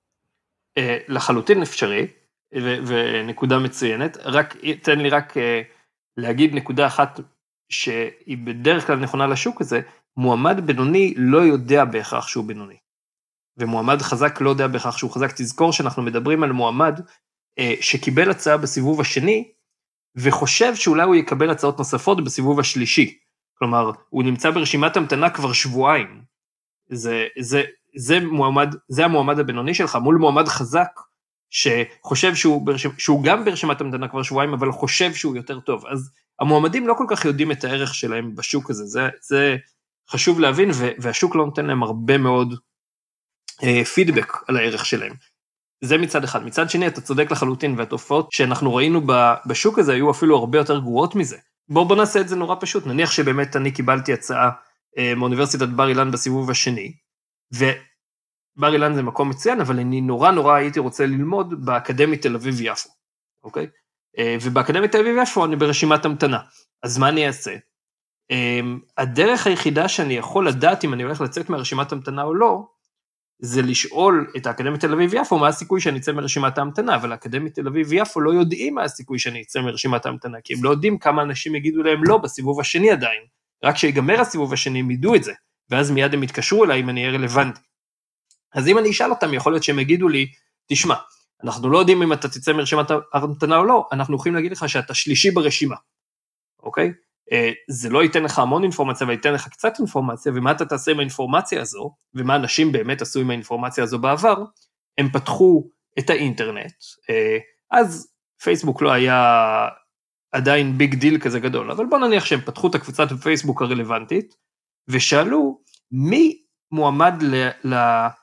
לחלוטין אפשרי, ונקודה מצוינת, רק תן לי רק להגיד נקודה אחת, שהיא בדרך כלל נכונה לשוק הזה, מועמד בינוני לא יודע בהכרח שהוא בינוני. ומועמד חזק לא יודע בכך שהוא חזק. תזכור שאנחנו מדברים על מועמד אה, שקיבל הצעה בסיבוב השני, וחושב שאולי הוא יקבל הצעות נוספות בסיבוב השלישי. כלומר, הוא נמצא ברשימת המתנה כבר שבועיים. זה, זה, זה מועמד, זה המועמד הבינוני שלך, מול מועמד חזק, שחושב שהוא, ברשימ, שהוא גם ברשימת המתנה כבר שבועיים, אבל חושב שהוא יותר טוב. אז המועמדים לא כל כך יודעים את הערך שלהם בשוק הזה, זה, זה חשוב להבין, והשוק לא נותן להם הרבה מאוד אה, פידבק על הערך שלהם. זה מצד אחד. מצד שני, אתה צודק לחלוטין, והתופעות שאנחנו ראינו בשוק הזה, היו אפילו הרבה יותר גרועות מזה. בואו בוא נעשה את זה נורא פשוט, נניח שבאמת אני קיבלתי הצעה אה, מאוניברסיטת בר אילן בסיבוב השני, ובר אילן זה מקום מצוין, אבל אני נורא נורא הייתי רוצה ללמוד באקדמית תל אביב יפו, אוקיי? אה, ובאקדמית תל אביב יפו אני ברשימת המתנה, אז מה אני אעשה? אה, הדרך היחידה שאני יכול לדעת אם אני הולך לצאת מרשימת המתנה או לא, זה לשאול את האקדמית תל אביב יפו מה הסיכוי שאני אצא מרשימת ההמתנה, אבל האקדמית תל אביב יפו לא יודעים מה הסיכוי שאני אצא מרשימת ההמתנה, כי הם לא יודעים כמה אנשים יגידו להם לא בסיבוב השני עדיין, רק שיגמר הסיבוב השני הם ידעו את זה, ואז מיד הם יתקשרו אליי אם אני אהיה רלוונטי. אז אם אני אשאל אותם, יכול להיות שהם יגידו לי, תשמע, אנחנו לא יודעים אם אתה תצא מרשימת ההמתנה או לא, אנחנו יכולים להגיד לך שאתה שלישי ברשימה, אוקיי? זה לא ייתן לך המון אינפורמציה, אבל ייתן לך קצת אינפורמציה, ומה אתה תעשה עם האינפורמציה הזו, ומה אנשים באמת עשו עם האינפורמציה הזו בעבר, הם פתחו את האינטרנט, אז פייסבוק לא היה עדיין ביג דיל כזה גדול, אבל בוא נניח שהם פתחו את הקבוצת בפייסבוק הרלוונטית, ושאלו מי מועמד ל... ל...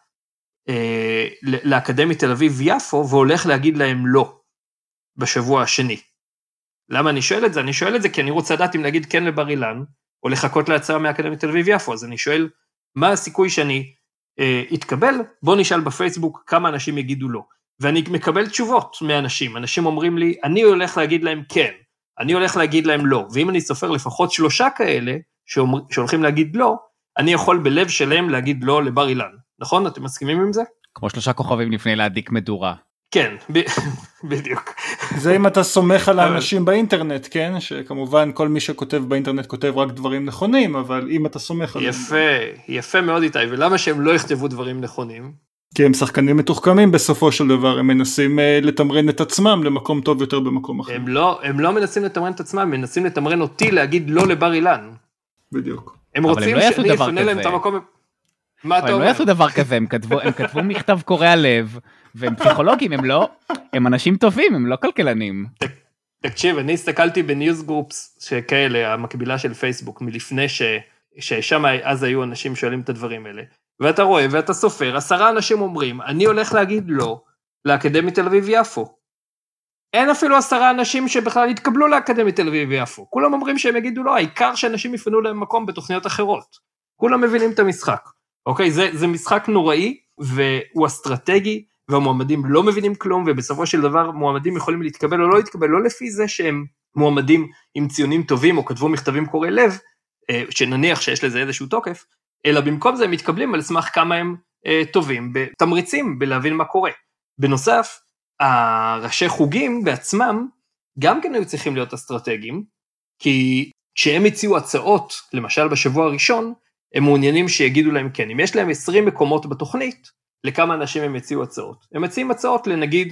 לאקדמית תל אביב יפו, והולך להגיד להם לא, בשבוע השני. למה אני שואל את זה? אני שואל את זה כי אני רוצה לדעת אם להגיד כן לבר אילן, או לחכות להצעה מאקדמית תל אביב יפו, אז אני שואל, מה הסיכוי שאני אה, אתקבל? בוא נשאל בפייסבוק כמה אנשים יגידו לא. ואני מקבל תשובות מאנשים, אנשים אומרים לי, אני הולך להגיד להם כן, אני הולך להגיד להם לא, ואם אני סופר לפחות שלושה כאלה, שאומר, שהולכים להגיד לא, אני יכול בלב שלם להגיד לא לבר אילן. נכון? אתם מסכימים עם זה? כמו שלושה כוכבים לפני להדיק מדורה. כן, בדיוק. זה אם אתה סומך על האנשים באינטרנט, כן? שכמובן כל מי שכותב באינטרנט כותב רק דברים נכונים, אבל אם אתה סומך עליהם. יפה, יפה מאוד איתי, ולמה שהם לא יכתבו דברים נכונים? כי הם שחקנים מתוחכמים בסופו של דבר, הם מנסים לתמרן את עצמם למקום טוב יותר במקום אחר. הם לא, הם לא מנסים לתמרן את עצמם, הם מנסים לתמרן אותי להגיד לא לבר אילן. בדיוק. הם רוצים שאני אפנה להם את המקום... מה אתה אומר? הם לא יעשו דבר כזה, הם כתבו, הם כתבו מכתב קורע לב, והם פסיכולוגים, הם לא, הם אנשים טובים, הם לא כלכלנים. תקשיב, אני הסתכלתי בניוז גרופס שכאלה, המקבילה של פייסבוק, מלפני ש, ששם אז היו אנשים שואלים את הדברים האלה, ואתה רואה ואתה סופר, עשרה אנשים אומרים, אני הולך להגיד לא, לאקדמית תל אביב יפו. אין אפילו עשרה אנשים שבכלל התקבלו לאקדמית תל אביב יפו. כולם אומרים שהם יגידו לא, העיקר שאנשים יפנו להם מקום בתוכניות אחרות. כולם מבינים את המשחק. אוקיי, זה, זה משחק נוראי, והוא אסטרטגי, והמועמדים לא מבינים כלום, ובסופו של דבר מועמדים יכולים להתקבל או לא להתקבל, לא לפי זה שהם מועמדים עם ציונים טובים, או כתבו מכתבים קורא לב, שנניח שיש לזה איזשהו תוקף, אלא במקום זה הם מתקבלים על סמך כמה הם טובים, בתמריצים, בלהבין מה קורה. בנוסף, הראשי חוגים בעצמם, גם כן היו צריכים להיות אסטרטגיים, כי כשהם הציעו הצעות, למשל בשבוע הראשון, הם מעוניינים שיגידו להם כן. אם יש להם עשרים מקומות בתוכנית, לכמה אנשים הם הציעו הצעות? הם מציעים הצעות לנגיד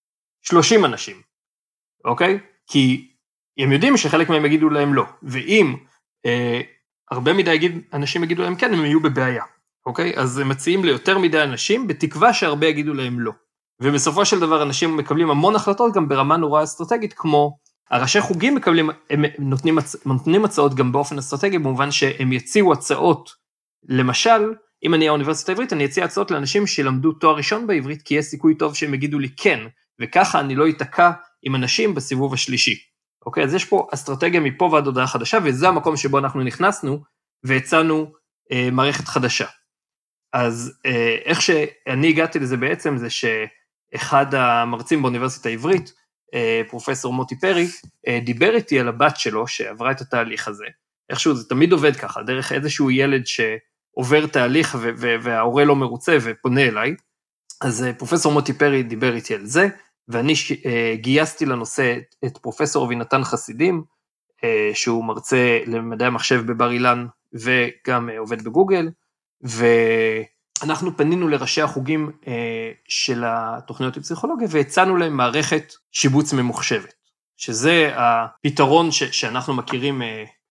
שלושים אנשים, אוקיי? כי הם יודעים שחלק מהם יגידו להם לא, ואם אה, הרבה מדי יגיד, אנשים יגידו להם כן, הם יהיו בבעיה, אוקיי? אז הם מציעים ליותר מדי אנשים, בתקווה שהרבה יגידו להם לא. ובסופו של דבר אנשים מקבלים המון החלטות, גם ברמה נורא אסטרטגית, כמו הראשי חוגים מקבלים, הם נותנים, נותנים הצעות גם באופן אסטרטגי, במובן שהם יציעו הצעות, למשל, אם אני האוניברסיטה העברית, אני אציע הצעות לאנשים שלמדו תואר ראשון בעברית, כי יש סיכוי טוב שהם יגידו לי כן, וככה אני לא אתקע עם אנשים בסיבוב השלישי. אוקיי, אז יש פה אסטרטגיה מפה ועד הודעה חדשה, וזה המקום שבו אנחנו נכנסנו, והצענו אה, מערכת חדשה. אז אה, איך שאני הגעתי לזה בעצם, זה שאחד המרצים באוניברסיטה העברית, פרופסור מוטי פרי, דיבר איתי על הבת שלו, שעברה את התהליך הזה, איכשהו זה תמיד עובד ככה, דרך איזשהו ילד שעובר תהליך, וההורה לא מרוצה ופונה אליי, אז פרופסור מוטי פרי דיבר איתי על זה, ואני גייסתי לנושא את פרופסור אבינתן חסידים, שהוא מרצה למדעי המחשב בבר אילן, וגם עובד בגוגל, ו... אנחנו פנינו לראשי החוגים אה, של התוכניות לפסיכולוגיה, והצענו להם מערכת שיבוץ ממוחשבת, שזה הפתרון ש, שאנחנו מכירים אה,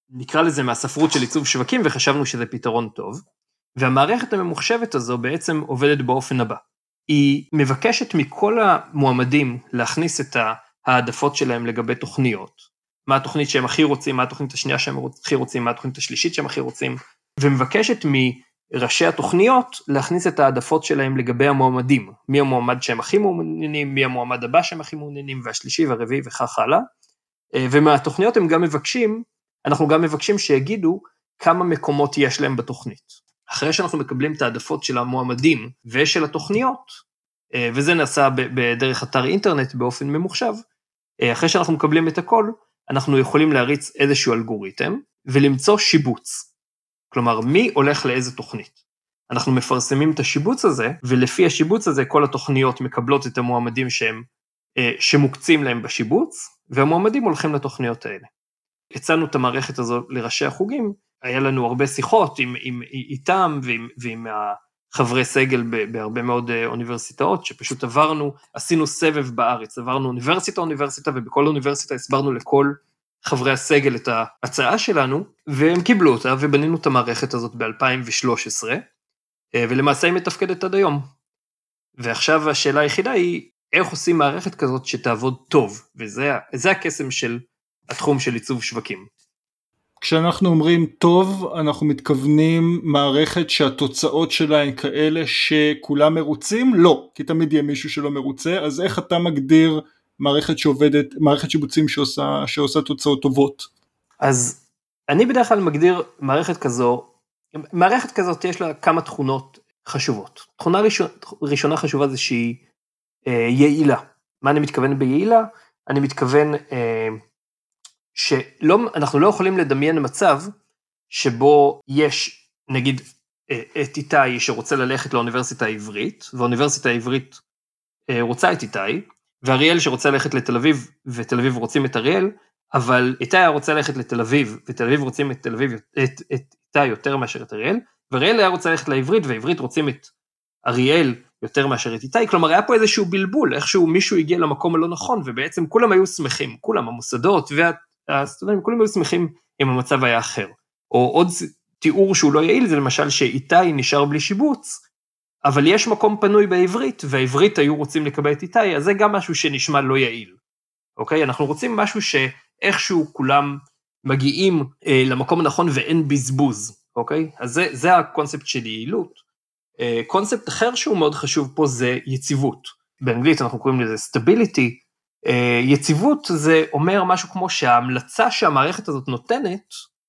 נקרא לזה מהספרות של עיצוב שווקים, וחשבנו שזה פתרון טוב, והמערכת הממוחשבת הזו בעצם עובדת באופן הבא. היא מבקשת מכל המועמדים להכניס את העדפות שלהם לגבי תוכניות, מה התוכנית שהם הכי רוצים, מה התוכנית השנייה שהם הכי רוצים, מה התוכנית השלישית שהם הכי רוצים, ומבקשת מראשי התוכניות להכניס את העדפות שלהם לגבי המועמדים, מי המועמד שהם הכי מעוניינים, מי המועמד הבא שהם הכי מעוניינים, והשלישי והרביעי וכך הלאה, ומהתוכניות הם גם מבקשים, אנחנו גם מבקשים שיגידו כמה מקומות יש להם בתוכנית. אחרי שאנחנו מקבלים את העדפות של המועמדים ושל התוכניות, וזה נעשה בדרך אתר אינטרנט באופן ממוחשב, אחרי שאנחנו מקבלים את הכל, אנחנו יכולים להריץ איזשהו אלגוריתם, ולמצוא שיבוץ. כלומר, מי הולך לאיזה תוכנית. אנחנו מפרסמים את השיבוץ הזה, ולפי השיבוץ הזה כל התוכניות מקבלות את המועמדים שהם, שמוקצים להם בשיבוץ, והמועמדים הולכים לתוכניות האלה. הצענו את המערכת הזו לראשי החוגים, היה לנו הרבה שיחות עם, עם, איתם ועם, ועם חברי סגל בהרבה מאוד אוניברסיטאות, שפשוט עברנו, עשינו סבב בארץ, עברנו אוניברסיטה אוניברסיטה, ובכל אוניברסיטה הסברנו לכל חברי הסגל את ההצעה שלנו, והם קיבלו אותה, ובנינו את המערכת הזאת ב-אלפיים ושלוש עשרה, ולמעשה היא מתפקדת עד היום. ועכשיו השאלה היחידה היא, איך עושים מערכת כזאת שתעבוד טוב, וזה הקסם של התחום של עיצוב שווקים. כשאנחנו אומרים טוב, אנחנו מתכוונים מערכת שהתוצאות שלה הן כאלה שכולם מרוצים? לא, כי תמיד יהיה מישהו שלא מרוצה, אז איך אתה מגדיר מערכת שעובדת, מערכת שיבוצים שעושה, שעושה תוצאות טובות? אז אני בדרך כלל מגדיר מערכת כזו, מערכת כזאת יש לה כמה תכונות חשובות. תכונה ראשונה, ראשונה חשובה זה שהיא אה, יעילה. מה אני מתכוון ביעילה? אני מתכוון אה, שאנחנו לא יכולים לדמיין מצב שבו יש, נגיד, את איתי שרוצה ללכת לאוניברסיטה העברית, והאוניברסיטה העברית רוצה את איתי, ואריאל שרוצה ללכת לתל אביב, ותל אביב רוצים את אריאל, אבל איתי רוצה ללכת לתל אביב, ותל אביב רוצים את תל אביב, את, את איתי יותר מאשר את אריאל, ואריאל היה רוצה ללכת לעברית, והעברית רוצים את אריאל יותר מאשר את איתי, כלומר היה פה איזשהו בלבול, איכשהו מישהו הגיע למקום הלא נכון, ובעצם כולם היו שמחים, כולם, המוסדות וה הסטודנטים, כולם היו שמחים אם המצב היה אחר. או עוד תיאור שהוא לא יעיל, זה למשל שאיתי נשאר בלי שיבוץ, אבל יש מקום פנוי בעברית, והעברית היו רוצים לקבל את איתי, אז זה גם משהו שנשמע לא יעיל. אוקיי? אנחנו רוצים משהו שאיכשהו כולם מגיעים אה, למקום הנכון ואין בזבוז. אוקיי? אז זה, זה הקונספט של יעילות. אה, קונספט אחר שהוא מאוד חשוב פה זה יציבות. באנגלית אנחנו קוראים לזה stability, יציבות זה אומר משהו כמו שההמלצה שהמערכת הזאת נותנת,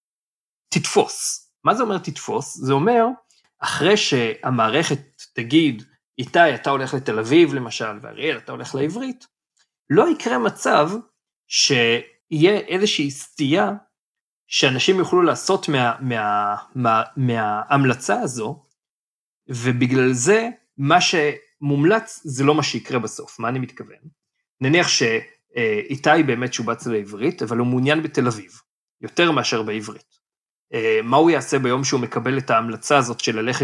תתפוס. מה זה אומר תתפוס? זה אומר, אחרי שהמערכת תגיד, איתי אתה הולך לתל אביב למשל, ואריאל אתה הולך לעברית, לא יקרה מצב שיהיה איזושהי סטייה, שאנשים יוכלו לעשות מה, מה, מה, מההמלצה הזו, ובגלל זה מה שמומלץ זה לא מה שיקרה בסוף. מה אני מתכוון? נניח שאיתי באמת שובץ לעברית, אבל הוא מעוניין בתל אביב, יותר מאשר בעברית. מה הוא יעשה ביום שהוא מקבל את ההמלצה הזאת של ללכת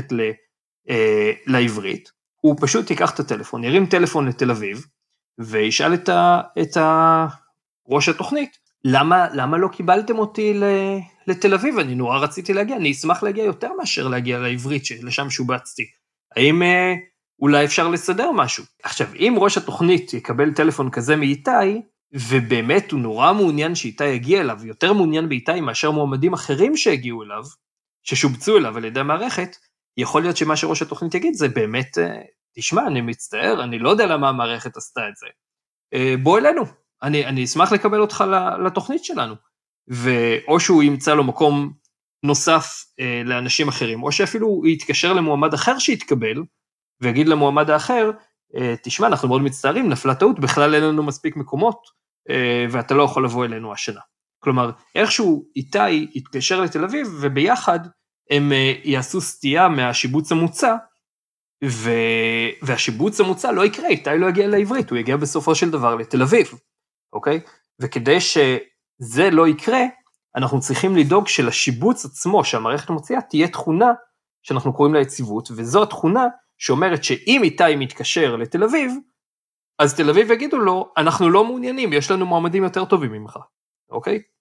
לעברית? הוא פשוט ייקח את הטלפון, ירים טלפון לתל אביב, וישאל את, ה, את ה, ראש התוכנית, למה, למה לא קיבלתם אותי לתל אביב? אני נורא רציתי להגיע, אני אשמח להגיע יותר מאשר להגיע לעברית, שלשם שובצתי. האם אולי אפשר לסדר משהו? עכשיו, אם ראש התוכנית יקבל טלפון כזה מאיתי, ובאמת הוא נורא מעוניין שאיתי יגיע אליו, יותר מעוניין באיתי מאשר מועמדים אחרים שהגיעו אליו, ששובצו אליו על ידי המערכת, יכול להיות שמה שראש התוכנית יגיד זה באמת, תשמע, אני מצטער, אני לא יודע למה המערכת עשתה את זה. בוא אלינו, אני, אני אשמח לקבל אותך לתוכנית שלנו. ואו שהוא ימצא לו מקום נוסף לאנשים אחרים, או שאפילו הוא יתקשר למועמד אחר שיתקבל, ויגיד למועמד האחר, תשמע, אנחנו מאוד מצטערים, נפלה טעות, בכלל אין לנו מספיק מקומות, ואתה לא יכול לבוא אלינו השנה. כלומר, איכשהו איתי יתקשר לתל אביב, וביחד הם יעשו סטייה מהשיבוץ המוצע, ו... והשיבוץ המוצע לא יקרה, איתי לא יגיע לעברית, הוא יגיע בסופו של דבר לתל אביב, אוקיי? וכדי שזה לא יקרה, אנחנו צריכים לדאוג שלשיבוץ עצמו, שהמערכת מוציאה, תהיה תכונה שאנחנו קוראים לה יציבות, וזו התכונה שאומרת שאם איתי מתקשר לתל אביב, אז תל אביב יגידו לו, אנחנו לא מעוניינים, יש לנו מועמדים יותר טובים ממך, אוקיי?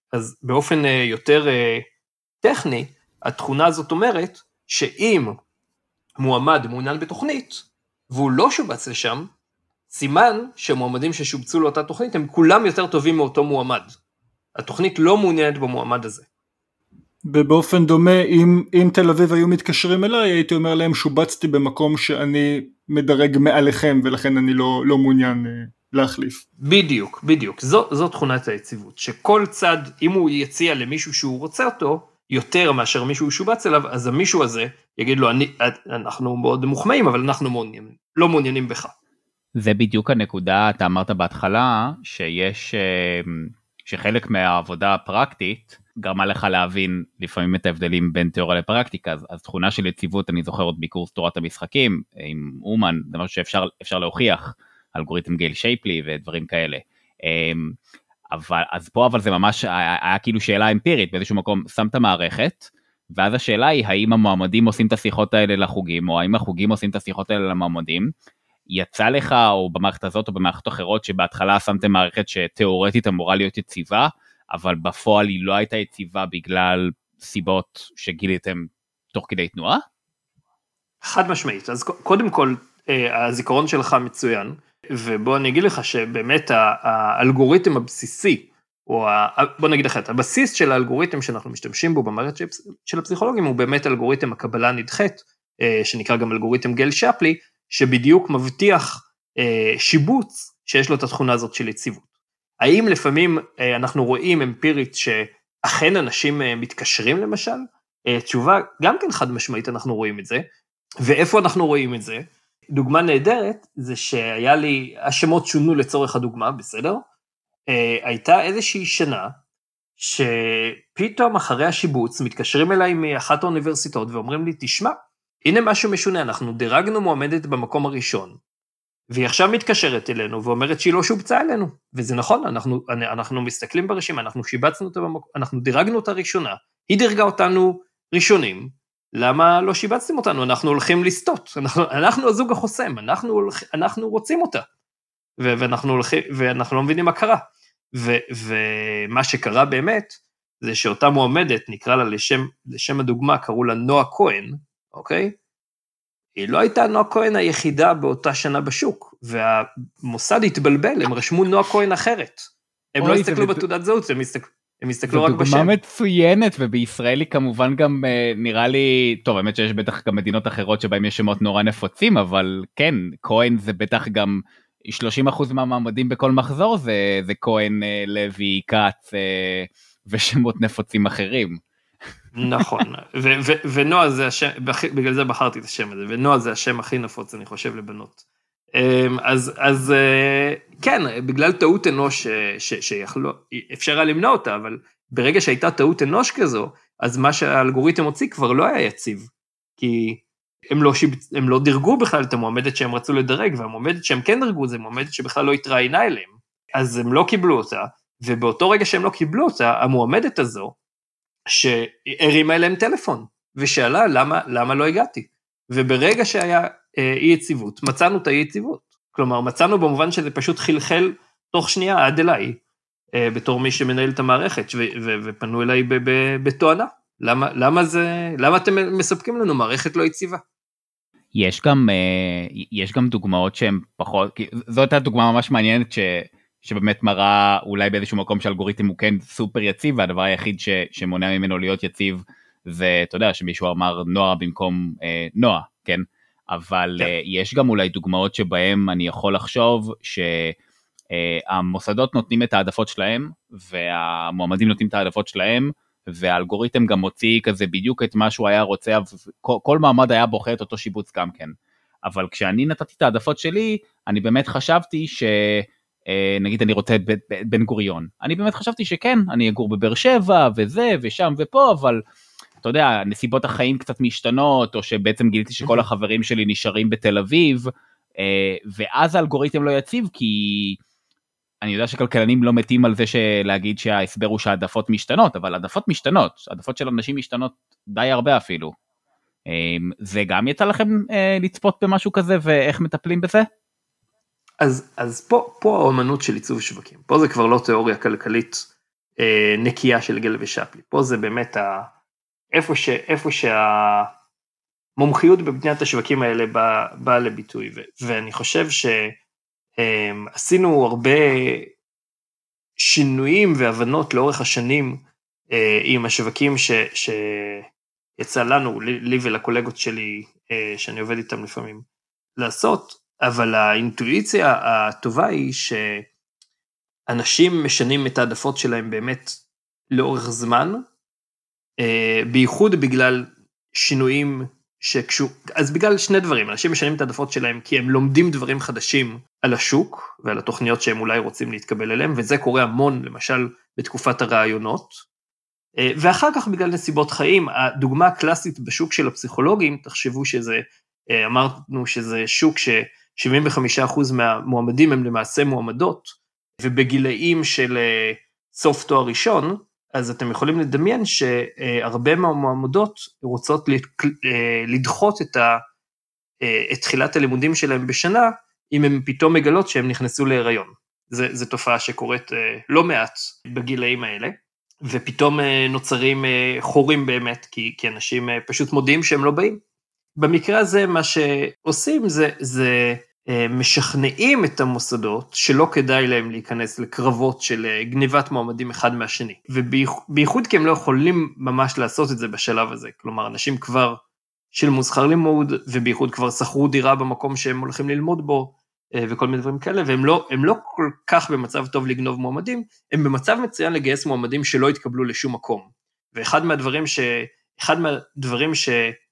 אז באופן יותר טכני, התכונה הזאת אומרת שאם מועמד מעוניין בתוכנית, והוא לא שובץ לשם, סימן שמועמדים ששובצו לאותה תוכנית הם כולם יותר טובים מאותו מועמד. התוכנית לא מעוניינת במועמד הזה. ובאופן דומה, אם, אם תל אביב היו מתקשרים אליי, הייתי אומר להם שובצתי במקום שאני מדרג מעליכם, ולכן אני לא, לא מעוניין להחליף. בדיוק, בדיוק. זו, זו תכונת היציבות, שכל צד, אם הוא יציע למישהו שהוא רוצה אותו, יותר מאשר מישהו שובץ אליו, אז המישהו הזה יגיד לו, אני, אנחנו מאוד מוחמאים, אבל אנחנו מעוניינים, לא מעוניינים בך. זה בדיוק הנקודה, אתה אמרת בהתחלה, שיש, שחלק מהעבודה הפרקטית, גרמה לך להבין לפעמים את ההבדלים בין תיאוריה לפרקטיקה, אז, אז תכונה של יציבות, אני זוכר עוד בקורס תורת המשחקים, עם אומן, זה משהו שאפשר אפשר להוכיח, אלגוריתם גייל שייפלי ודברים כאלה. אבל, אז פה אבל זה ממש היה, היה כאילו שאלה אמפירית, באיזשהו מקום שמת מערכת, ואז השאלה היא, האם המועמדים עושים את השיחות האלה לחוגים, או האם החוגים עושים את השיחות האלה למועמדים, יצא לך, או במערכת הזאת, או במערכת אחרות, שבהתחלה שמתם מערכת שתיאורטית אמורה להיות יציבה, אבל בפועל היא לא הייתה יציבה בגלל סיבות שגיליתם תוך כדי תנועה? חד משמעית, אז קודם כל, הזיכרון שלך מצוין, ובוא אני אגיד לך שבאמת האלגוריתם הבסיסי, או בוא נגיד אחת, הבסיס של האלגוריתם שאנחנו משתמשים בו במערכת של הפסיכולוגים, הוא באמת אלגוריתם הקבלה הנדחית, שנקרא גם אלגוריתם גייל שייפלי, שבדיוק מבטיח שיבוץ שיש לו את התכונה הזאת של יציבות. האם לפעמים אנחנו רואים אמפירית שאכן אנשים מתקשרים למשל? תשובה גם כן חד משמעית אנחנו רואים את זה, ואיפה אנחנו רואים את זה? דוגמה נהדרת זה שהיה לי, השמות שונו לצורך הדוגמה, בסדר? הייתה איזושהי שנה שפתאום אחרי השיבוץ מתקשרים אליי מאחת האוניברסיטאות ואומרים לי, תשמע, הנה משהו משונה, אנחנו דירגנו מועמדת במקום הראשון, והיא עכשיו מתקשרת אלינו ואומרת שהיא לא שובצה אלינו, וזה נכון, אנחנו, אנחנו מסתכלים ברשימה, אנחנו שיבצנו אותה במקום, אנחנו דירגנו אותה ראשונה, היא דירגה אותנו ראשונים, למה לא שיבצתם אותנו? אנחנו הולכים לסטות, אנחנו, אנחנו הזוג החוסם, אנחנו, הולכ, אנחנו רוצים אותה, ו, ואנחנו, הולכים, ואנחנו לא מבינים מה קרה, ו, ומה שקרה באמת, זה שאותה מועמדת, נקרא לה לשם, לשם הדוגמה, קראו לה נועה כהן, אוקיי? היא לא הייתה נועה כהן היחידה באותה שנה בשוק, והמוסד התבלבל, הם רשמו נועה כהן אחרת. הם לא הסתכלו בתעודת זהות, הם הסתכלו, הם הסתכלו רק בשם. זו דוגמה מצוינת, ובישראל היא כמובן גם נראה לי, טוב, האמת שיש בטח גם מדינות אחרות שבהם יש שמות נורא נפוצים, אבל כן, כהן זה בטח גם שלושים אחוז מהמעמדים בכל מחזור, זה, זה כהן, לוי, קץ, ושמות נפוצים אחרים. נכון, ונועה זה השם, בגלל זה בחרתי את השם הזה, ונועה זה השם הכי נפוץ, אני חושב, לבנות. אז, אז כן, בגלל טעות אנוש שיכלו, אפשר היה למנוע אותה, אבל ברגע שהייתה טעות אנוש כזו, אז מה שהאלגוריתם הוציא כבר לא היה יציב, כי הם לא, הם לא דירגו בכלל את המועמדת שהם רצו לדרג, והמועמדת שהם כן דרגו, זה מועמדת שבכלל לא התראיינה אליהם, אז הם לא קיבלו אותה, ובאותו רגע שהם לא קיבלו אותה, המועמדת הזו, שהרימה אליהם טלפון, ושאלה למה, למה לא הגעתי, וברגע שהיה אי יציבות, מצאנו את האי יציבות, כלומר מצאנו במובן שזה פשוט חלחל תוך שנייה עד אליי, בתור מי שמנהל את המערכת, ו- ו- ופנו אליי ב- ב- בתואנה, למה, למה זה, למה אתם מספקים לנו מערכת לא יציבה? יש גם, יש גם דוגמאות שהן פחות, זאת הייתה דוגמה ממש מעניינת ש... שבאמת מראה אולי באיזשהו מקום שאלגוריתם הוא כן סופר יציב, והדבר היחיד ש, שמונע ממנו להיות יציב, זה, אתה יודע, שמישהו אמר נועה במקום אה, נועה, כן? אבל אה, יש גם אולי דוגמאות שבהם אני יכול לחשוב שהמוסדות אה, נותנים את העדפות שלהם, והמועמדים נותנים את העדפות שלהם, והאלגוריתם גם מוציא כזה בדיוק את מה שהוא היה רוצה, כל, כל מעמד היה בוחר את אותו שיבוץ גם כן. אבל כשאני נתתי את העדפות שלי, אני באמת חשבתי ש... נגיד אני רוצה את בן גוריון, אני באמת חשבתי שכן, אני אגור בבאר שבע וזה ושם ופה, אבל אתה יודע, נסיבות החיים קצת משתנות, או שבעצם גיליתי שכל החברים שלי נשארים בתל אביב, ואז האלגוריתם לא יציב, כי אני יודע שכלכלנים לא מתים על זה להגיד שההסבר הוא שהעדפות משתנות, אבל העדפות משתנות, העדפות של אנשים משתנות די הרבה אפילו. זה גם יצא לכם לצפות במשהו כזה, ואיך מטפלים בזה? אז, אז פה, פה האמנות של עיצוב שווקים, פה זה כבר לא תיאוריה כלכלית נקייה של גל ושפלי. פה זה באמת ה... איפה ש... איפה שהמומחיות בבניית השווקים האלה באה בא לביטוי, ו... ואני חושב שעשינו הרבה שינויים והבנות לאורך השנים עם השווקים ש... שיצא לנו, לי ולקולגות שלי, שאני עובד איתם לפעמים, לעשות, אבל האינטואיציה הטובה היא שאנשים משנים את העדפות שלהם באמת לאורך זמן, בייחוד בגלל שינויים שקשור, אז בגלל שני דברים, אנשים משנים את העדפות שלהם כי הם לומדים דברים חדשים על השוק ועל התוכניות שהם אולי רוצים להתקבל אליהם, וזה קורה המון למשל בתקופת הרעיונות, ואחר כך בגלל נסיבות חיים. הדוגמה הקלאסית בשוק של הפסיכולוגים, תחשבו שזה, אמרנו שזה שוק ש-שבעים וחמישה אחוז מהמועמדים הם למעשה מועמדות, ובגילאים של סוף תואר ראשון, אז אתם יכולים לדמיין שהרבה מהמועמדות רוצות לדחות את, ה, את תחילת הלימודים שלהם בשנה, אם הם פתאום מגלות שהם נכנסו להיריון. זה, זה תופעה שקורית לא מעט בגילאים האלה, ופתאום נוצרים חורים באמת, כי, כי אנשים פשוט מודיעים שהם לא באים. במקרה הזה מה שעושים זה, זה משכנעים את המוסדות שלא כדאי להם להיכנס לקרבות של גניבת מועמדים אחד מהשני, ובייחוד כי הם לא יכולים ממש לעשות את זה בשלב הזה, כלומר אנשים כבר שילמו שכר לימוד, ובייחוד כבר שכרו דירה במקום שהם הולכים ללמוד בו, וכל מיני דברים כאלה, והם לא, הם לא כל כך במצב טוב לגנוב מועמדים, הם במצב מצוין לגייס מועמדים שלא יתקבלו לשום מקום, ואחד מהדברים ש, אחד מהדברים ש,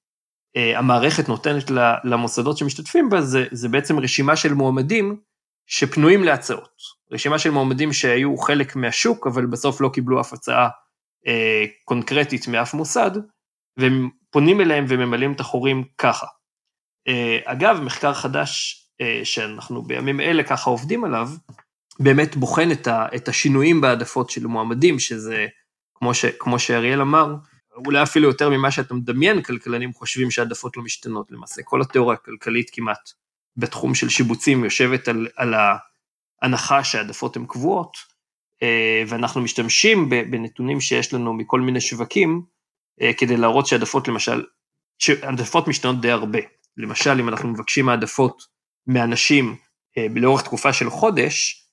המערכת נותנת למוסדות שמשתתפים בה, זה, זה בעצם רשימה של מועמדים שפנויים להצעות. רשימה של מועמדים שהיו חלק מהשוק, אבל בסוף לא קיבלו אף הצעה אה, קונקרטית מאף מוסד, והם פונים אליהם וממלאים את החורים ככה. אה, אגב, מחקר חדש אה, שאנחנו בימים אלה ככה עובדים עליו, באמת בוחן את, ה, את השינויים בעדפות של מועמדים, שזה, כמו, ש, כמו שאריאל אמר, אולי אפילו יותר ממה שאתה מדמיין, כלכלנים חושבים שהעדפות לא משתנות, למעשה כל התיאוריה הכלכלית כמעט בתחום של שיבוצים יושבת על, על ההנחה שהעדפות הן קבועות, ואנחנו משתמשים בנתונים שיש לנו מכל מיני שווקים, כדי להראות שהעדפות למשל, שהעדפות משתנות די הרבה, למשל אם אנחנו מבקשים העדפות מאנשים לאורך תקופה של חודש,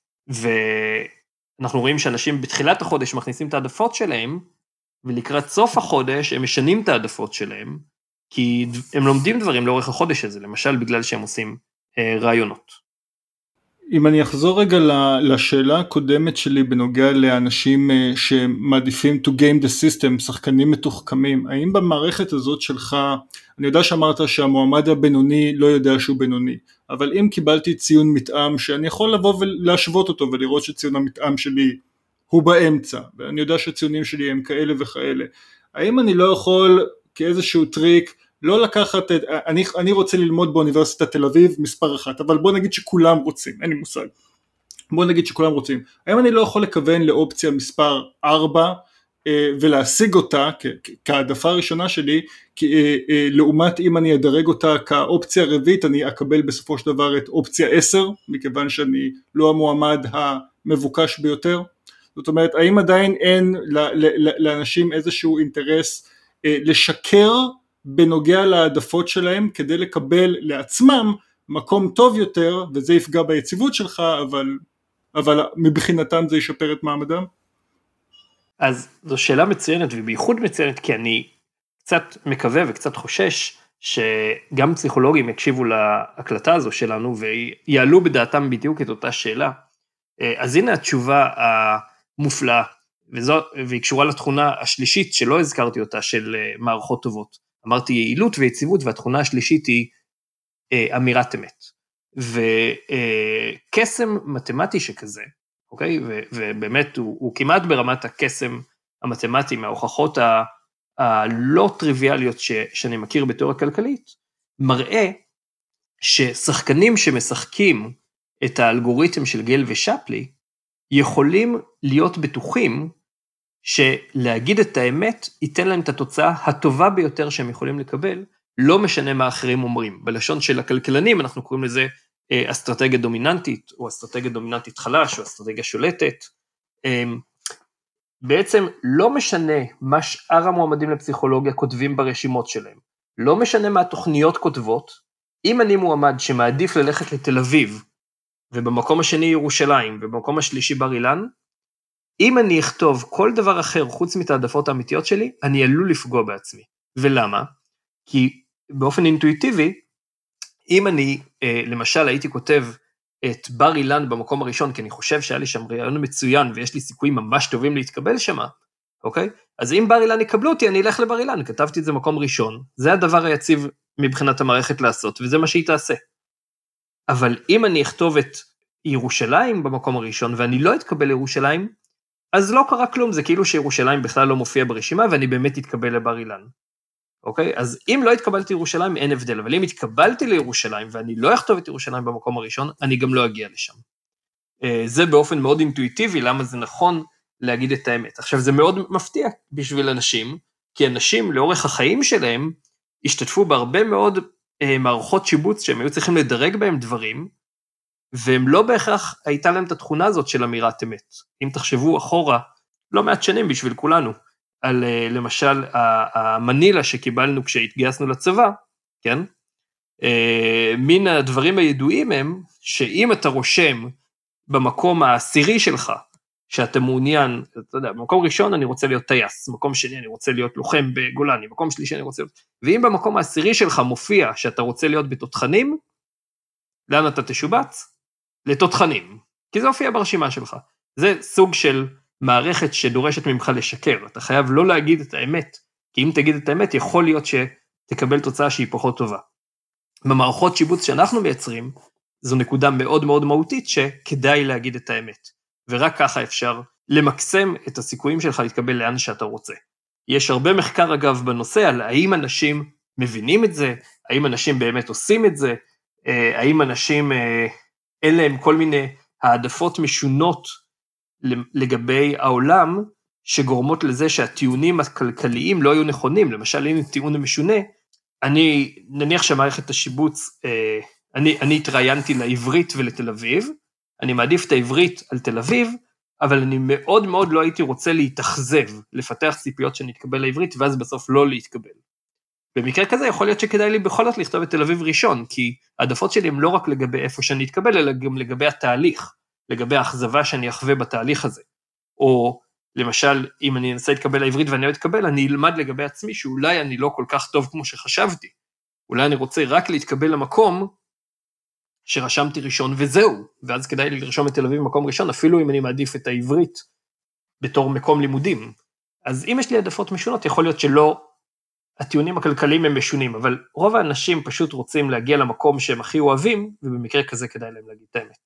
ואנחנו רואים שאנשים בתחילת החודש מכניסים את העדפות שלהם, ולקראת סוף החודש הם משנים את העדפות שלהם, כי הם לומדים דברים לאורך החודש הזה, למשל בגלל שהם עושים אה, רעיונות. אם אני אחזור רגע לשאלה הקודמת שלי בנוגע לאנשים שמעדיפים to game the system, שחקנים מתוחכמים, האם במערכת הזאת שלך, אני יודע שאמרת שהמועמד הבינוני לא יודע שהוא בינוני, אבל אם קיבלתי ציון מתאם שאני יכול לבוא ולהשוות אותו ולראות שציון המתאם שלי הוא באמצע, ואני יודע שהציונים שלי הם כאלה וכאלה, האם אני לא יכול כאיזשהו טריק לא לקחת את, אני, אני רוצה ללמוד באוניברסיטת תל אביב מספר אחת, אבל בוא נגיד שכולם רוצים, אין לי מושג, בוא נגיד שכולם רוצים, האם אני לא יכול לכוון לאופציה מספר ארבע, אה, ולהשיג אותה כ, כהעדפה הראשונה שלי, כי, אה, אה, לעומת אם אני אדרג אותה כאופציה רביעית, אני אקבל בסופו של דבר את אופציה עשר, מכיוון שאני לא המועמד המבוקש ביותר, זאת אומרת, האם עדיין אין לאנשים איזשהו אינטרס אה, לשקר, בנוגע להעדפות שלהם כדי לקבל לעצמם מקום טוב יותר, וזה יפגע ביציבות שלך, אבל, אבל מבחינתם זה ישפר את מעמדם? אז זו שאלה מצוינת, ובייחוד מצוינת, כי אני קצת מקווה וקצת חושש, שגם פסיכולוגים יקשיבו להקלטה הזו שלנו, ויעלו בדעתם בדיוק את אותה שאלה. אז הנה התשובה המופלאה, וזו, והיא קשורה לתכונה השלישית, שלא הזכרתי אותה, של מערכות טובות. אמרתי יעילות ויציבות, והתכונה השלישית היא אה, אמירת אמת. וקסם מתמטי שכזה, אוקיי? ו, ובאמת הוא, הוא כמעט ברמת הקסם המתמטי, מההוכחות ה, הלא טריוויאליות ש, שאני מכיר בתיאוריה כלכלית, מראה ששחקנים שמשחקים את האלגוריתם של גל ושפלי, יכולים להיות בטוחים, שלהגיד את האמת ייתן להם את התוצאה הטובה ביותר שהם יכולים לקבל, לא משנה מה אחרים אומרים. בלשון של הכלכלנים אנחנו קוראים לזה אסטרטגיה דומיננטית, או אסטרטגיה דומיננטית חלש, או אסטרטגיה שולטת. בעצם לא משנה מה שאר המועמדים לפסיכולוגיה כותבים ברשימות שלהם, לא משנה מה התוכניות כותבות, אם אני מועמד שמעדיף ללכת לתל אביב, ובמקום השני ירושלים, ובמקום השלישי בר אילן, אם אני אכתוב כל דבר אחר חוץ מתעדפות האמיתיות שלי, אני עלול לפגוע בעצמי. ולמה? כי באופן אינטואיטיבי, אם אני למשל הייתי כותב את בר אילן במקום הראשון, כי אני חושב שהיה לי שם רעיון מצוין, ויש לי סיכויים ממש טובים להתקבל שם, אוקיי? אז אם בר אילן יקבלו אותי, אני אלך לבר אילן, כתבתי את זה מקום ראשון, זה הדבר היציב מבחינת המערכת לעשות, וזה מה שהיא תעשה. אבל אם אני אכתוב את ירושלים במקום הראשון, ואני לא אתקבל לירושלים, אז לא קרה כלום, זה כאילו שירושלים בכלל לא מופיע ברשימה, ואני באמת אתקבל לבר אילן. אוקיי? אז אם לא התקבלתי לירושלים, אין הבדל, אבל אם התקבלתי לירושלים, ואני לא אכתוב את ירושלים במקום הראשון, אני גם לא אגיע לשם. זה באופן מאוד אינטואיטיבי, למה זה נכון להגיד את האמת. עכשיו, זה מאוד מפתיע בשביל אנשים, כי אנשים לאורך החיים שלהם, השתתפו בהרבה מאוד מערכות שיבוץ, שהם היו צריכים לדרג בהם דברים, והם לא בהכרח הייתה להם את התכונה הזאת של אמירת אמת. אם תחשבו אחורה, לא מעט שנים בשביל כולנו, על למשל המנילה שקיבלנו כשהתגייסנו לצבא, כן? מן הדברים הידועים הם, שאם אתה רושם במקום העשירי שלך, שאתה מעוניין, אתה יודע, במקום ראשון אני רוצה להיות טייס, במקום שני אני רוצה להיות לוחם בגולני, במקום שלישי אני רוצה להיות, ואם במקום העשירי שלך מופיע שאתה רוצה להיות בתותחנים, לאן אתה תשובץ? לתותחנים, כי זה הופיע ברשימה שלך. זה סוג של מערכת שדורשת ממך לשקר, אתה חייב לא להגיד את האמת, כי אם תגיד את האמת, יכול להיות שתקבל תוצאה שהיא פחות טובה. במערכות שיבוץ שאנחנו מייצרים, זו נקודה מאוד מאוד מהותית שכדאי להגיד את האמת, ורק ככה אפשר למקסם את הסיכויים שלך להתקבל לאן שאתה רוצה. יש הרבה מחקר אגב בנושא על האם אנשים מבינים את זה, האם אנשים באמת עושים את זה, האם אנשים אין להם כל מיני העדפות משונות לגבי העולם, שגורמות לזה שהטיעונים הכלכליים לא היו נכונים, למשל אם טיעון משונה, אני נניח שמערכת השיבוץ, אני, אני התראיינתי לעברית ולתל אביב, אני מעדיף את העברית על תל אביב, אבל אני מאוד מאוד לא הייתי רוצה להתאכזב, לפתח ציפיות שנתקבל לעברית, ואז בסוף לא להתקבל. במקרה כזה יכול להיות שכדאי לי בכל זאת לכתוב את תל אביב ראשון, כי העדפות שלי הן לא רק לגבי איפה שאני אתקבל, אלא גם לגבי התהליך, לגבי האכזבה שאני אחווה בתהליך הזה. או למשל, אם אני אנסה להתקבל לעברית ואני לא אתקבל, אני אלמד לגבי עצמי שאולי אני לא כל כך טוב כמו שחשבתי. אולי אני רוצה רק להתקבל למקום שרשמתי ראשון וזהו, ואז כדאי לי לרשום את תל אביב במקום ראשון, אפילו אם אני מעדיף את העברית בתור מקום לימודים. אז אם יש לי העדפות משונות, יכול להיות שלא הטיעונים הכלכליים הם משונים, אבל רוב האנשים פשוט רוצים להגיע למקום שהם הכי אוהבים, ובמקרה כזה כדאי להם להגיד את האמת.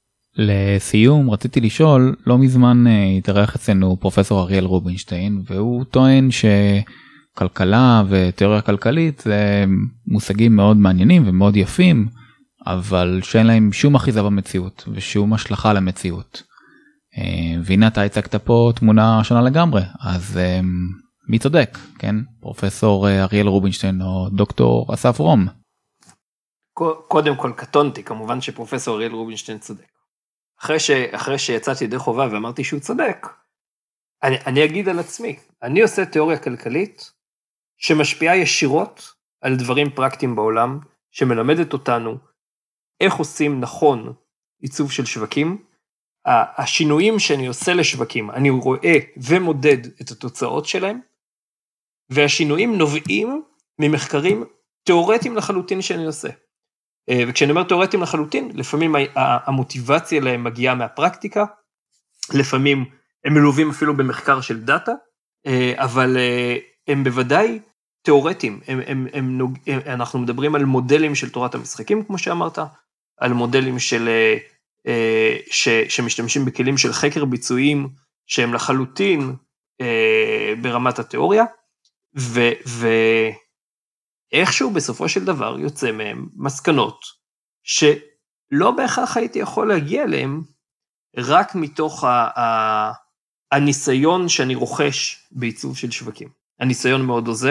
לסיום, רציתי לשאול, לא מזמן התארח אצלנו פרופסור אריאל רובינשטיין, והוא טוען שכלכלה ותיאוריה כלכלית זה מושגים מאוד מעניינים ומאוד יפים, אבל שאין להם שום אחיזה במציאות ושום השלכה למציאות. והנה אתה הצגת פה תמונה שונה לגמרי, אז מי צודק, כן? פרופסור אריאל רובינשטיין או דוקטור אסף רום? קודם כל קטונתי, כמובן שפרופסור אריאל רובינשטיין צודק. אחרי, ש, אחרי שיצאתי ידי חובה ואמרתי שהוא צודק, אני, אני אגיד על עצמי, אני עושה תיאוריה כלכלית שמשפיעה ישירות על דברים פרקטיים בעולם, שמלמדת אותנו איך עושים נכון עיצוב של שווקים, השינויים שאני עושה לשווקים, אני רואה ומודד את התוצאות שלהם, והשינויים נובעים ממחקרים תיאורטיים לחלוטין שאני עושה. וכשאני אומר תיאורטיים לחלוטין, לפעמים המוטיבציה להם מגיעה מהפרקטיקה, לפעמים הם מלווים אפילו במחקר של דאטה, אבל הם בוודאי תיאורטיים, הם, הם, הם, הם, אנחנו מדברים על מודלים של תורת המשחקים, כמו שאמרת, על מודלים של, ש, שמשתמשים בכלים של חקר ביצועים, שהם לחלוטין ברמת התיאוריה, ו, ואיכשהו בסופו של דבר יוצא מהם מסקנות, שלא בהכרח הייתי יכול להגיע אליהם, רק מתוך ה, ה, הניסיון שאני רוכש בעיצוב של שווקים. הניסיון מאוד עוזר,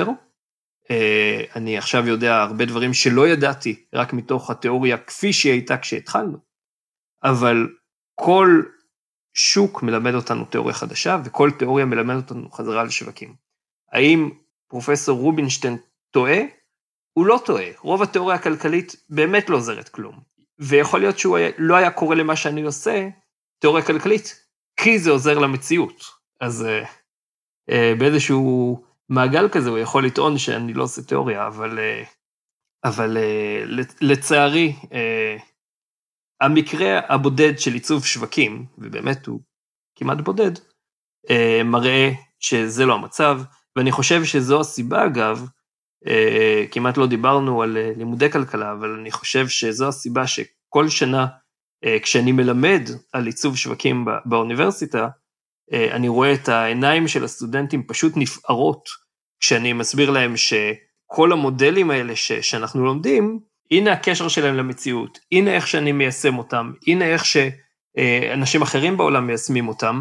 אני עכשיו יודע הרבה דברים שלא ידעתי, רק מתוך התיאוריה כפי שהיא הייתה כשהתחלנו, אבל כל שוק מלמד אותנו תיאוריה חדשה, וכל תיאוריה מלמד אותנו חזרה לשווקים. האם פרופסור רובינשטיין טועה? הוא לא טועה. רוב התיאוריה הכלכלית באמת לא עוזרת כלום. ויכול להיות שהוא לא היה קורא למה שאני עושה, תיאוריה כלכלית, כי זה עוזר למציאות. אז אה, אה, באיזשהו מעגל כזה, הוא יכול לטעון שאני לא עושה תיאוריה, אבל, אה, אבל אה, לצערי, אה, המקרה הבודד של עיצוב שווקים, ובאמת הוא כמעט בודד, אה, מראה שזה לא המצב, ואני חושב שזו הסיבה, אגב, אה, כמעט לא דיברנו על לימודי כלכלה, אבל אני חושב שזו הסיבה שכל שנה, אה, כשאני מלמד על עיצוב שווקים בא, באוניברסיטה, אה, אני רואה את העיניים של הסטודנטים פשוט נפערות, כשאני מסביר להם שכל המודלים האלה ש, שאנחנו לומדים, הנה הקשר שלהם למציאות, הנה איך שאני מיישם אותם, הנה איך שאנשים אחרים בעולם מיישמים אותם,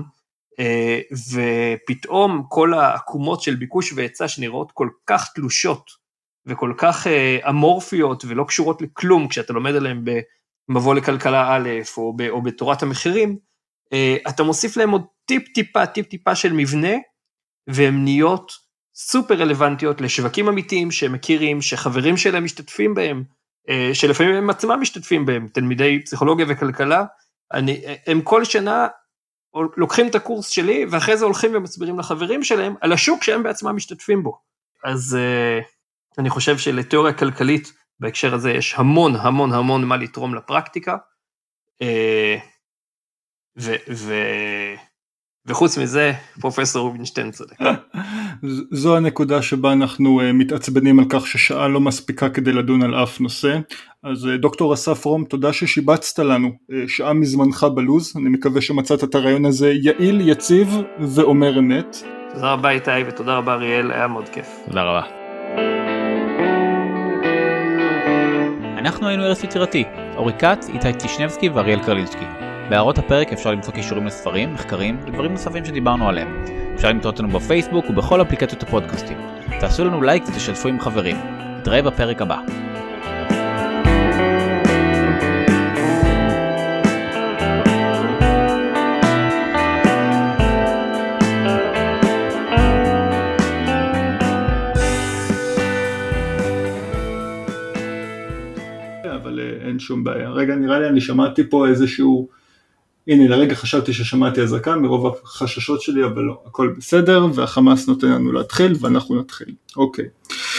ופתאום כל העקומות של ביקוש והיצע שנראות כל כך תלושות, וכל כך אמורפיות ולא קשורות לכלום, כשאתה לומד עליהם במבוא לכלכלה א', או, או בתורת המחירים, אתה מוסיף להם עוד טיפ טיפה, טיפ טיפה של מבנה, והן נהיות סופר רלוונטיות לשווקים אמיתיים שהם מכירים, שחברים שלהם משתתפים בהם, שלפעמים הם עצמם משתתפים בהם, תלמידי פסיכולוגיה וכלכלה, אני, הם כל שנה לוקחים את הקורס שלי, ואחרי זה הולכים ומסבירים לחברים שלהם, על השוק שהם בעצמם משתתפים בו. אז אני חושב שלתיאוריה כלכלית, בהקשר הזה יש המון המון המון מה לתרום לפרקטיקה, ו... ו וחוץ מזה, פרופסור רובינשטיין צודק. זו הנקודה שבה אנחנו מתעצבנים על כך ששעה לא מספיקה כדי לדון על אף נושא. אז דוקטור אסף רום, תודה ששיבצת לנו שעה מזמנך בלוז. אני מקווה שמצאת את הרעיון הזה יעיל, יציב ואומר אמת. תודה רבה איתי ותודה רבה אריאל, היה מאוד כיף. תודה רבה. אנחנו היינו ארץ יצירתי, אורי קאץ, איתי טישנבסקי ואריאל קרלינסקי. בהערות הפרק אפשר למצוא קישורים לספרים, מחקרים ודברים נוספים שדיברנו עליהם. אפשר למצוא אותנו בפייסבוק ובכל אפליקציות הפודקאסטים. תעשו לנו לייק ותשתפו עם חברים. נתראה בפרק הבא. אבל אין שום בעיה. רגע, נראה לי אני שמעתי פה איזשהו... הנה, לרגע חשבתי ששמעתי הזעקה מרוב החששות שלי, אבל לא, הכל בסדר, והחמאס נותן לנו להתחיל, ואנחנו נתחיל. אוקיי.